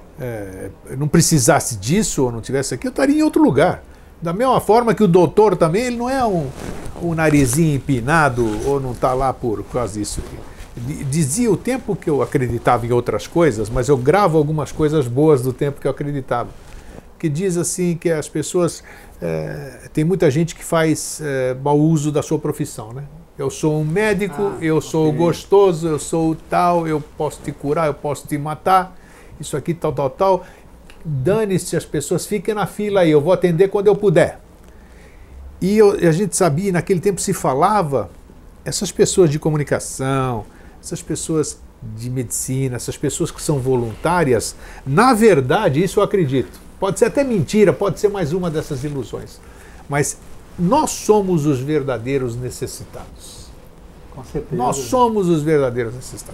não precisasse disso ou não tivesse aqui, eu estaria em outro lugar. Da mesma forma que o doutor também, ele não é um narizinho empinado ou não está lá por causa disso aqui. Dizia o tempo que eu acreditava em outras coisas, mas eu gravo algumas coisas boas do tempo que eu acreditava. Que diz assim que as pessoas... tem muita gente que faz mau uso da sua profissão, né? Eu sou um médico, eu sou gostoso, eu sou tal, eu posso te curar, eu posso te matar, isso aqui, tal. Dane-se, as pessoas fiquem na fila aí, eu vou atender quando eu puder. E a gente sabia, naquele tempo se falava, essas pessoas de comunicação, essas pessoas de medicina, essas pessoas que são voluntárias, na verdade, isso eu acredito. Pode ser até mentira, pode ser mais uma dessas ilusões. Mas nós somos os verdadeiros necessitados. Com certeza. Nós somos os verdadeiros necessitados.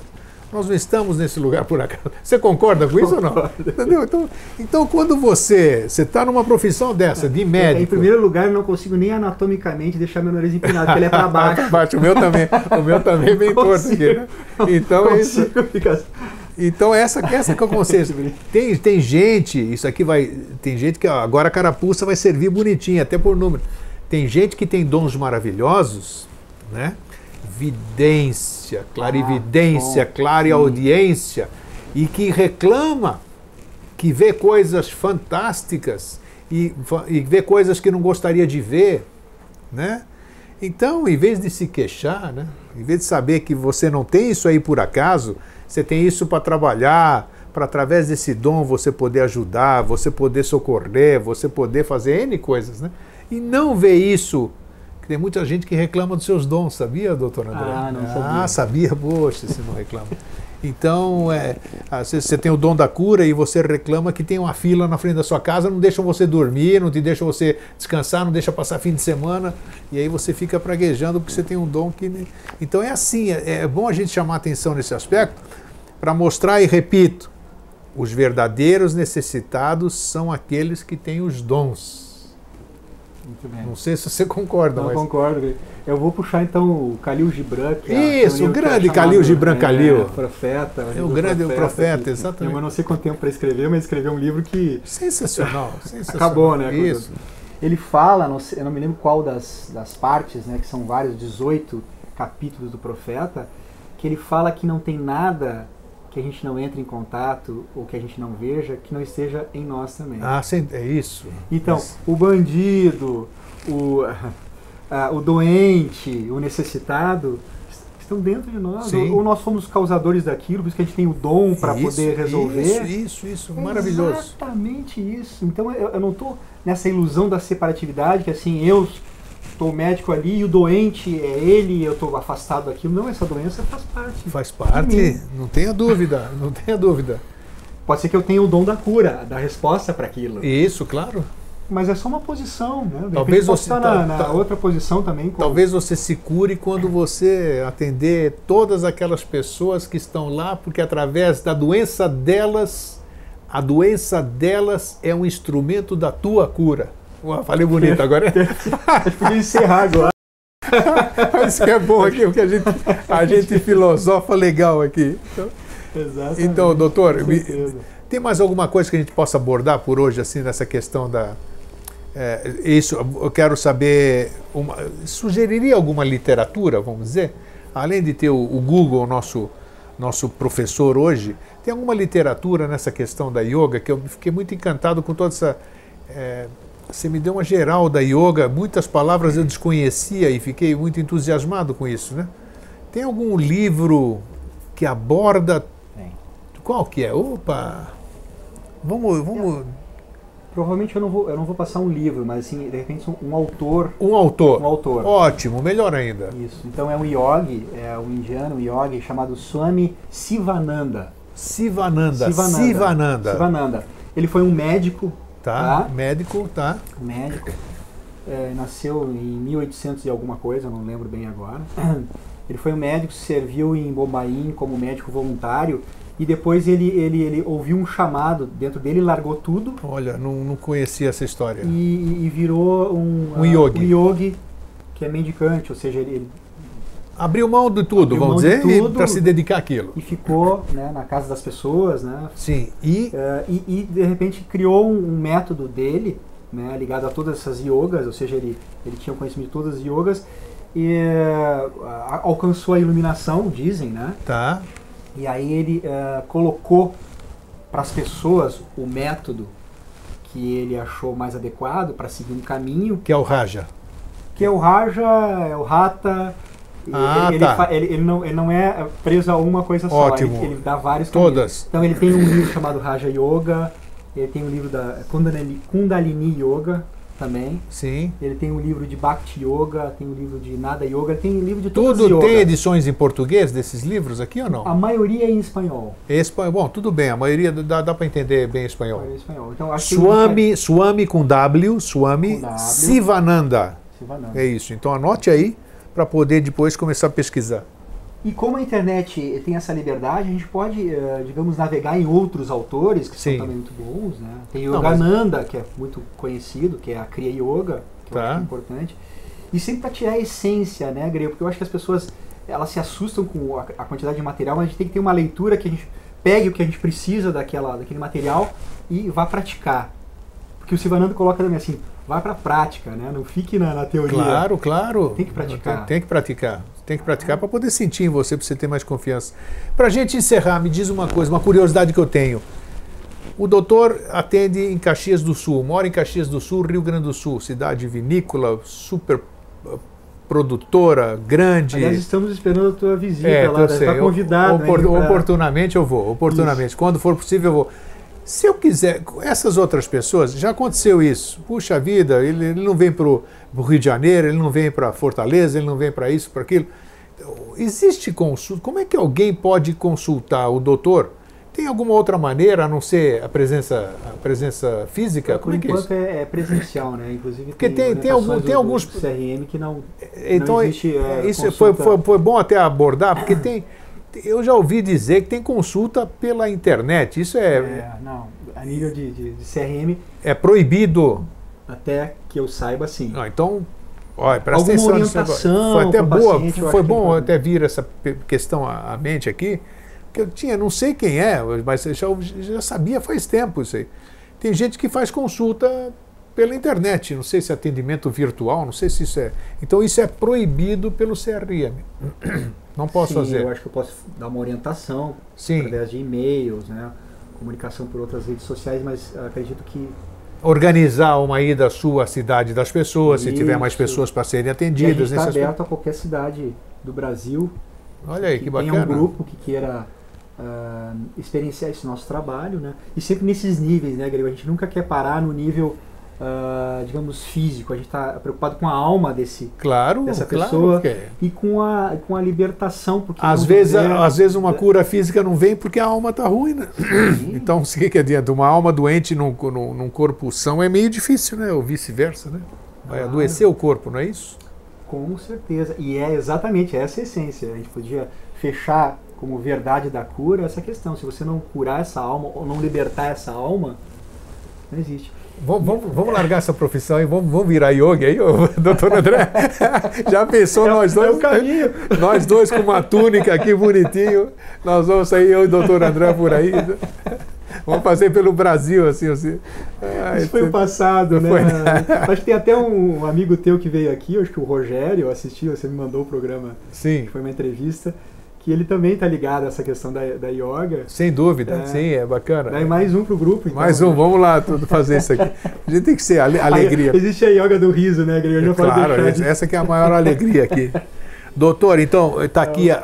Nós não estamos nesse lugar por acaso. Você concorda com isso ou não? Entendeu? Então quando você está numa profissão dessa, de médico... Em primeiro lugar, eu não consigo nem anatomicamente deixar meu nariz empinado, porque ele é para baixo. O meu também vem torto aqui, né? Então é isso. Então essa que é o conceito. Tem gente, isso aqui vai... Tem gente que agora a carapuça vai servir bonitinha, até por número. Tem gente que tem dons maravilhosos, né? Vidência, clarividência, clareaudiência, e que reclama, que vê coisas fantásticas e vê coisas que não gostaria de ver, né? Então, em vez de se queixar, né? Em vez de saber que você não tem isso aí por acaso, você tem isso para trabalhar, para através desse dom você poder ajudar, você poder socorrer, você poder fazer N coisas, né? E não ver isso. Tem muita gente que reclama dos seus dons, sabia, doutor André? Não sabia. Sabia, poxa, você não reclama. Então, às vezes você tem o dom da cura e você reclama que tem uma fila na frente da sua casa, não deixam você dormir, não te deixam você descansar, não deixa passar fim de semana, e aí você fica praguejando porque você tem um dom que... Então é assim, é bom a gente chamar atenção nesse aspecto para mostrar, e repito, os verdadeiros necessitados são aqueles que têm os dons. Muito bem. Não sei se você concorda, mas... Não concordo. Eu vou puxar então o Khalil Gibran, que isso, o grande Khalil Gibran Khalil. Profeta. É o grande profeta, exatamente. Eu não sei quanto tempo para escrever, mas escreveu um livro que... Sensacional. Acabou, né? Isso. Ele fala, eu não me lembro qual das partes, né, que são vários, 18 capítulos do profeta, que ele fala que não tem nada que a gente não entre em contato ou que a gente não veja, que não esteja em nós também. Sim, é isso. Então, o bandido, o doente, o necessitado, estão dentro de nós. Sim. Ou nós somos causadores daquilo, por isso que a gente tem o dom para poder resolver. Isso, maravilhoso. Exatamente isso. Então, eu não estou nessa ilusão da separatividade, que assim, eu estou médico ali e o doente é ele, eu estou afastado daquilo. Não, essa doença faz parte. Faz parte, não tenha dúvida, não tenha dúvida. Pode ser que eu tenha o dom da cura, da resposta para aquilo. Isso, claro. Mas é só uma posição, né? Talvez você está na outra posição também. Talvez você se cure quando você atender todas aquelas pessoas que estão lá, porque através da doença delas, a doença delas é um instrumento da tua cura. Falei bonito agora. Acho que podia encerrar agora. Isso que é bom aqui, porque a gente filosofa legal aqui. Exatamente. Então, doutor, tem mais alguma coisa que a gente possa abordar por hoje, assim, nessa questão da... isso, eu quero saber, sugeriria alguma literatura, vamos dizer? Além de ter o Google, nosso professor hoje, tem alguma literatura nessa questão da yoga, que eu fiquei muito encantado com toda essa... Você me deu uma geral da yoga, muitas palavras eu desconhecia e fiquei muito entusiasmado com isso, né? Tem algum livro que aborda... Tem. Qual que é? Opa! Vamos... Provavelmente eu não vou passar um livro, mas assim, de repente um autor. Um autor. Um autor. Ótimo, melhor ainda. Isso. Então é um yogi, um indiano, um yogi chamado Swami Sivananda. Sivananda. Ele foi um médico. Médico. Médico. Nasceu em 1800 e alguma coisa, não lembro bem agora. Ele foi um médico, serviu em Bombaim como médico voluntário e depois ele ouviu um chamado dentro dele, largou tudo. Olha, não conhecia essa história. E virou um yogi, que é mendicante, ou seja, ele abriu mão de tudo, vamos dizer, para se dedicar àquilo. E ficou, né, na casa das pessoas, né? Sim. E de repente criou um método dele, né, ligado a todas essas yogas, ou seja, ele tinha o conhecimento de todas as yogas e alcançou a iluminação, dizem, né? Tá. E aí ele colocou para as pessoas o método que ele achou mais adequado para seguir um caminho. Que é o Raja. Que é o Raja, é o Hatha. Ele não é preso a uma coisa só. Ótimo. Ele dá vários todas. Caminhos. Então ele tem um livro chamado Raja Yoga, ele tem um livro da Kundalini Yoga também. Sim. Ele tem um livro de Bhakti Yoga, tem um livro de Nada Yoga, ele tem um livro de todas as yoga. yoga. Tem edições em português desses livros aqui ou não? A maioria é em espanhol. Bom, tudo bem, a maioria dá para entender bem espanhol. Então, acho Swami com W, Swami Sivananda. Sivananda. É isso, então anote aí para poder depois começar a pesquisar. E como a internet tem essa liberdade, a gente pode, digamos, navegar em outros autores que Sim. são também muito bons, né? Tem Yogananda, que é muito conhecido, que é a Kriya Yoga, que eu acho importante. E sempre para tirar a essência, né, Grego? Porque eu acho que as pessoas, elas se assustam com a quantidade de material, mas a gente tem que ter uma leitura que a gente pegue o que a gente precisa daquele material e vá praticar. Porque o Sivananda coloca também assim, vai para a prática, né? Não fique na teoria. Claro, claro. Tem que praticar. Tem que praticar. Tem que praticar para poder sentir em você, para você ter mais confiança. Para a gente encerrar, me diz uma coisa, uma curiosidade que eu tenho. O doutor atende em Caxias do Sul, mora em Caxias do Sul, Rio Grande do Sul, cidade vinícola, super produtora, grande. Aliás, estamos esperando a tua visita lá, está convidado. Oportunamente eu vou, oportunamente. Isso. Quando for possível eu vou. Se eu quiser, essas outras pessoas, já aconteceu isso. Puxa vida, ele não vem para o Rio de Janeiro, ele não vem para Fortaleza, ele não vem para isso, para aquilo. Existe consulta? Como é que alguém pode consultar o doutor? Tem alguma outra maneira, a não ser a presença física? Por enquanto é presencial, né? Inclusive tem alguns CRM que não existe. Isso foi bom até abordar, porque eu já ouvi dizer que tem consulta pela internet. Isso não, a nível de CRM é proibido. Até que eu saiba, sim. Não, então, olha, presta atenção orientação. Foi até boa, foi bom até vir essa questão à mente aqui. Que eu não sei quem é, mas eu já sabia faz tempo isso aí. Tem gente que faz consulta pela internet, não sei se é atendimento virtual, não sei se isso é. Então isso é proibido pelo CRM. Não posso fazer. Eu acho que eu posso dar uma orientação através de e-mails, né? Comunicação por outras redes sociais, mas acredito que organizar uma ida sua à cidade das pessoas, se tiver mais pessoas para serem atendidas. E a gente está aberto a qualquer cidade do Brasil. Olha aí, que bacana. Tem um grupo que queira experienciar esse nosso trabalho, né? E sempre nesses níveis, né, Grego? A gente nunca quer parar no nível, digamos, físico. A gente está preocupado com a alma dessa pessoa e com a libertação. Porque às vezes uma cura física não vem porque a alma está ruim, né? Então, o que adianta? Uma alma doente num corpo são é meio difícil, né? Ou vice-versa, né? Vai adoecer o corpo, não é isso? Com certeza. E é exatamente essa a essência. A gente podia fechar como verdade da cura essa questão. Se você não curar essa alma ou não libertar essa alma, não existe. Vamos largar essa profissão e vamos virar yogi aí, doutor André? Já pensou nós dois? É o caminho. Nós dois com uma túnica aqui bonitinho. Nós vamos sair, eu e o doutor André por aí. Vamos fazer pelo Brasil, assim. Isso foi o passado, né? Acho que tem até um amigo teu que veio aqui, acho que o Rogério, eu assisti, você me mandou o programa. Sim. Que foi uma entrevista. Que ele também está ligado a essa questão da yoga. Sem dúvida, sim, é bacana. Daí mais um para o grupo. Então, mais um, vamos lá fazer isso aqui. A gente tem que ser alegria. Existe a yoga do riso, né, Grego? Claro, essa que é a maior alegria aqui. Doutor, então, está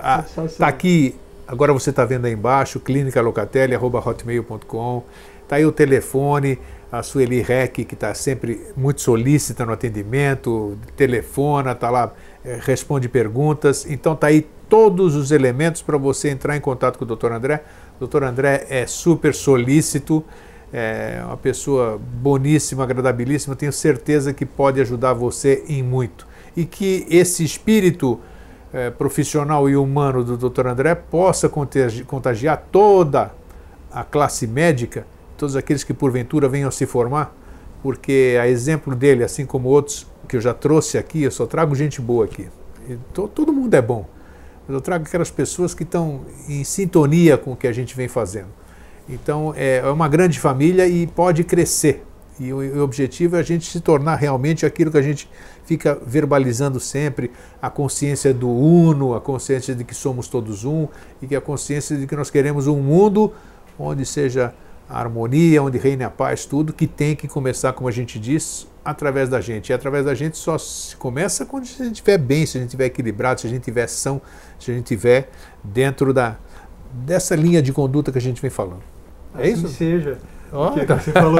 aqui, agora você está vendo aí embaixo, clinicalocatelli@hotmail.com, está aí o telefone, a Sueli Rec, que está sempre muito solícita no atendimento, telefona, está lá, responde perguntas, então está aí todos os elementos para você entrar em contato com o Dr. André. O Dr. André é super solícito, é uma pessoa boníssima, agradabilíssima, tenho certeza que pode ajudar você em muito. E que esse espírito profissional e humano do Dr. André possa contagiar toda a classe médica, todos aqueles que porventura venham a se formar, porque a exemplo dele, assim como outros que eu já trouxe aqui, eu só trago gente boa aqui. Todo mundo é bom. Eu trago aquelas pessoas que estão em sintonia com o que a gente vem fazendo. Então, é uma grande família e pode crescer. E o objetivo é a gente se tornar realmente aquilo que a gente fica verbalizando sempre, a consciência do uno, a consciência de que somos todos um, e que a consciência de que nós queremos um mundo onde seja a harmonia, onde reine a paz, tudo, que tem que começar, como a gente diz, através da gente. E através da gente só se começa quando a gente estiver bem, se a gente estiver equilibrado, se a gente estiver são, se a gente estiver dentro dessa linha de conduta que a gente vem falando. É isso? Assim seja. Oh, que você falou.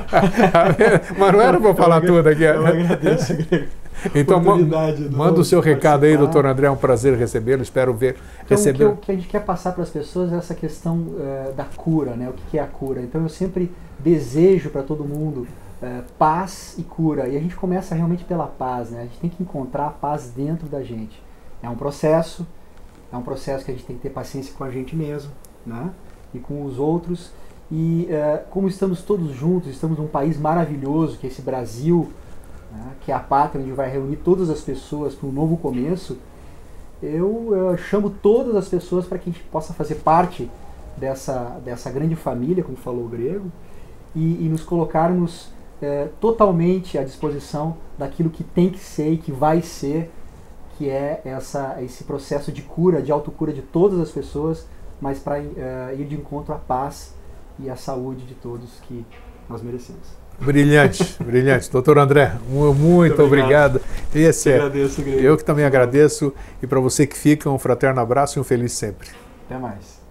Mas não era para falar tudo aqui. Eu agradeço, Grego. Então, manda o seu recado aí, doutor André, é um prazer recebê-lo, espero receber. O que a gente quer passar para as pessoas é essa questão da cura, né? O que é a cura. Então eu sempre desejo para todo mundo paz e cura, e a gente começa realmente pela paz, né? A gente tem que encontrar a paz dentro da gente. É um processo, É um processo que a gente tem que ter paciência com a gente mesmo, né? E com os outros. E como estamos todos juntos, estamos num país maravilhoso, que é esse Brasil, né? Que é a pátria onde vai reunir todas as pessoas para um novo começo, eu chamo todas as pessoas para que a gente possa fazer parte dessa grande família, como falou o Grego, e nos colocarmos totalmente à disposição daquilo que tem que ser e que vai ser, que é esse processo de cura, de autocura de todas as pessoas, mas para ir de encontro à paz e à saúde de todos que nós merecemos. Brilhante, brilhante. Doutor André, muito obrigado. Agradeço, Grego. Eu que também agradeço. E para você que fica, um fraterno abraço e um feliz sempre. Até mais.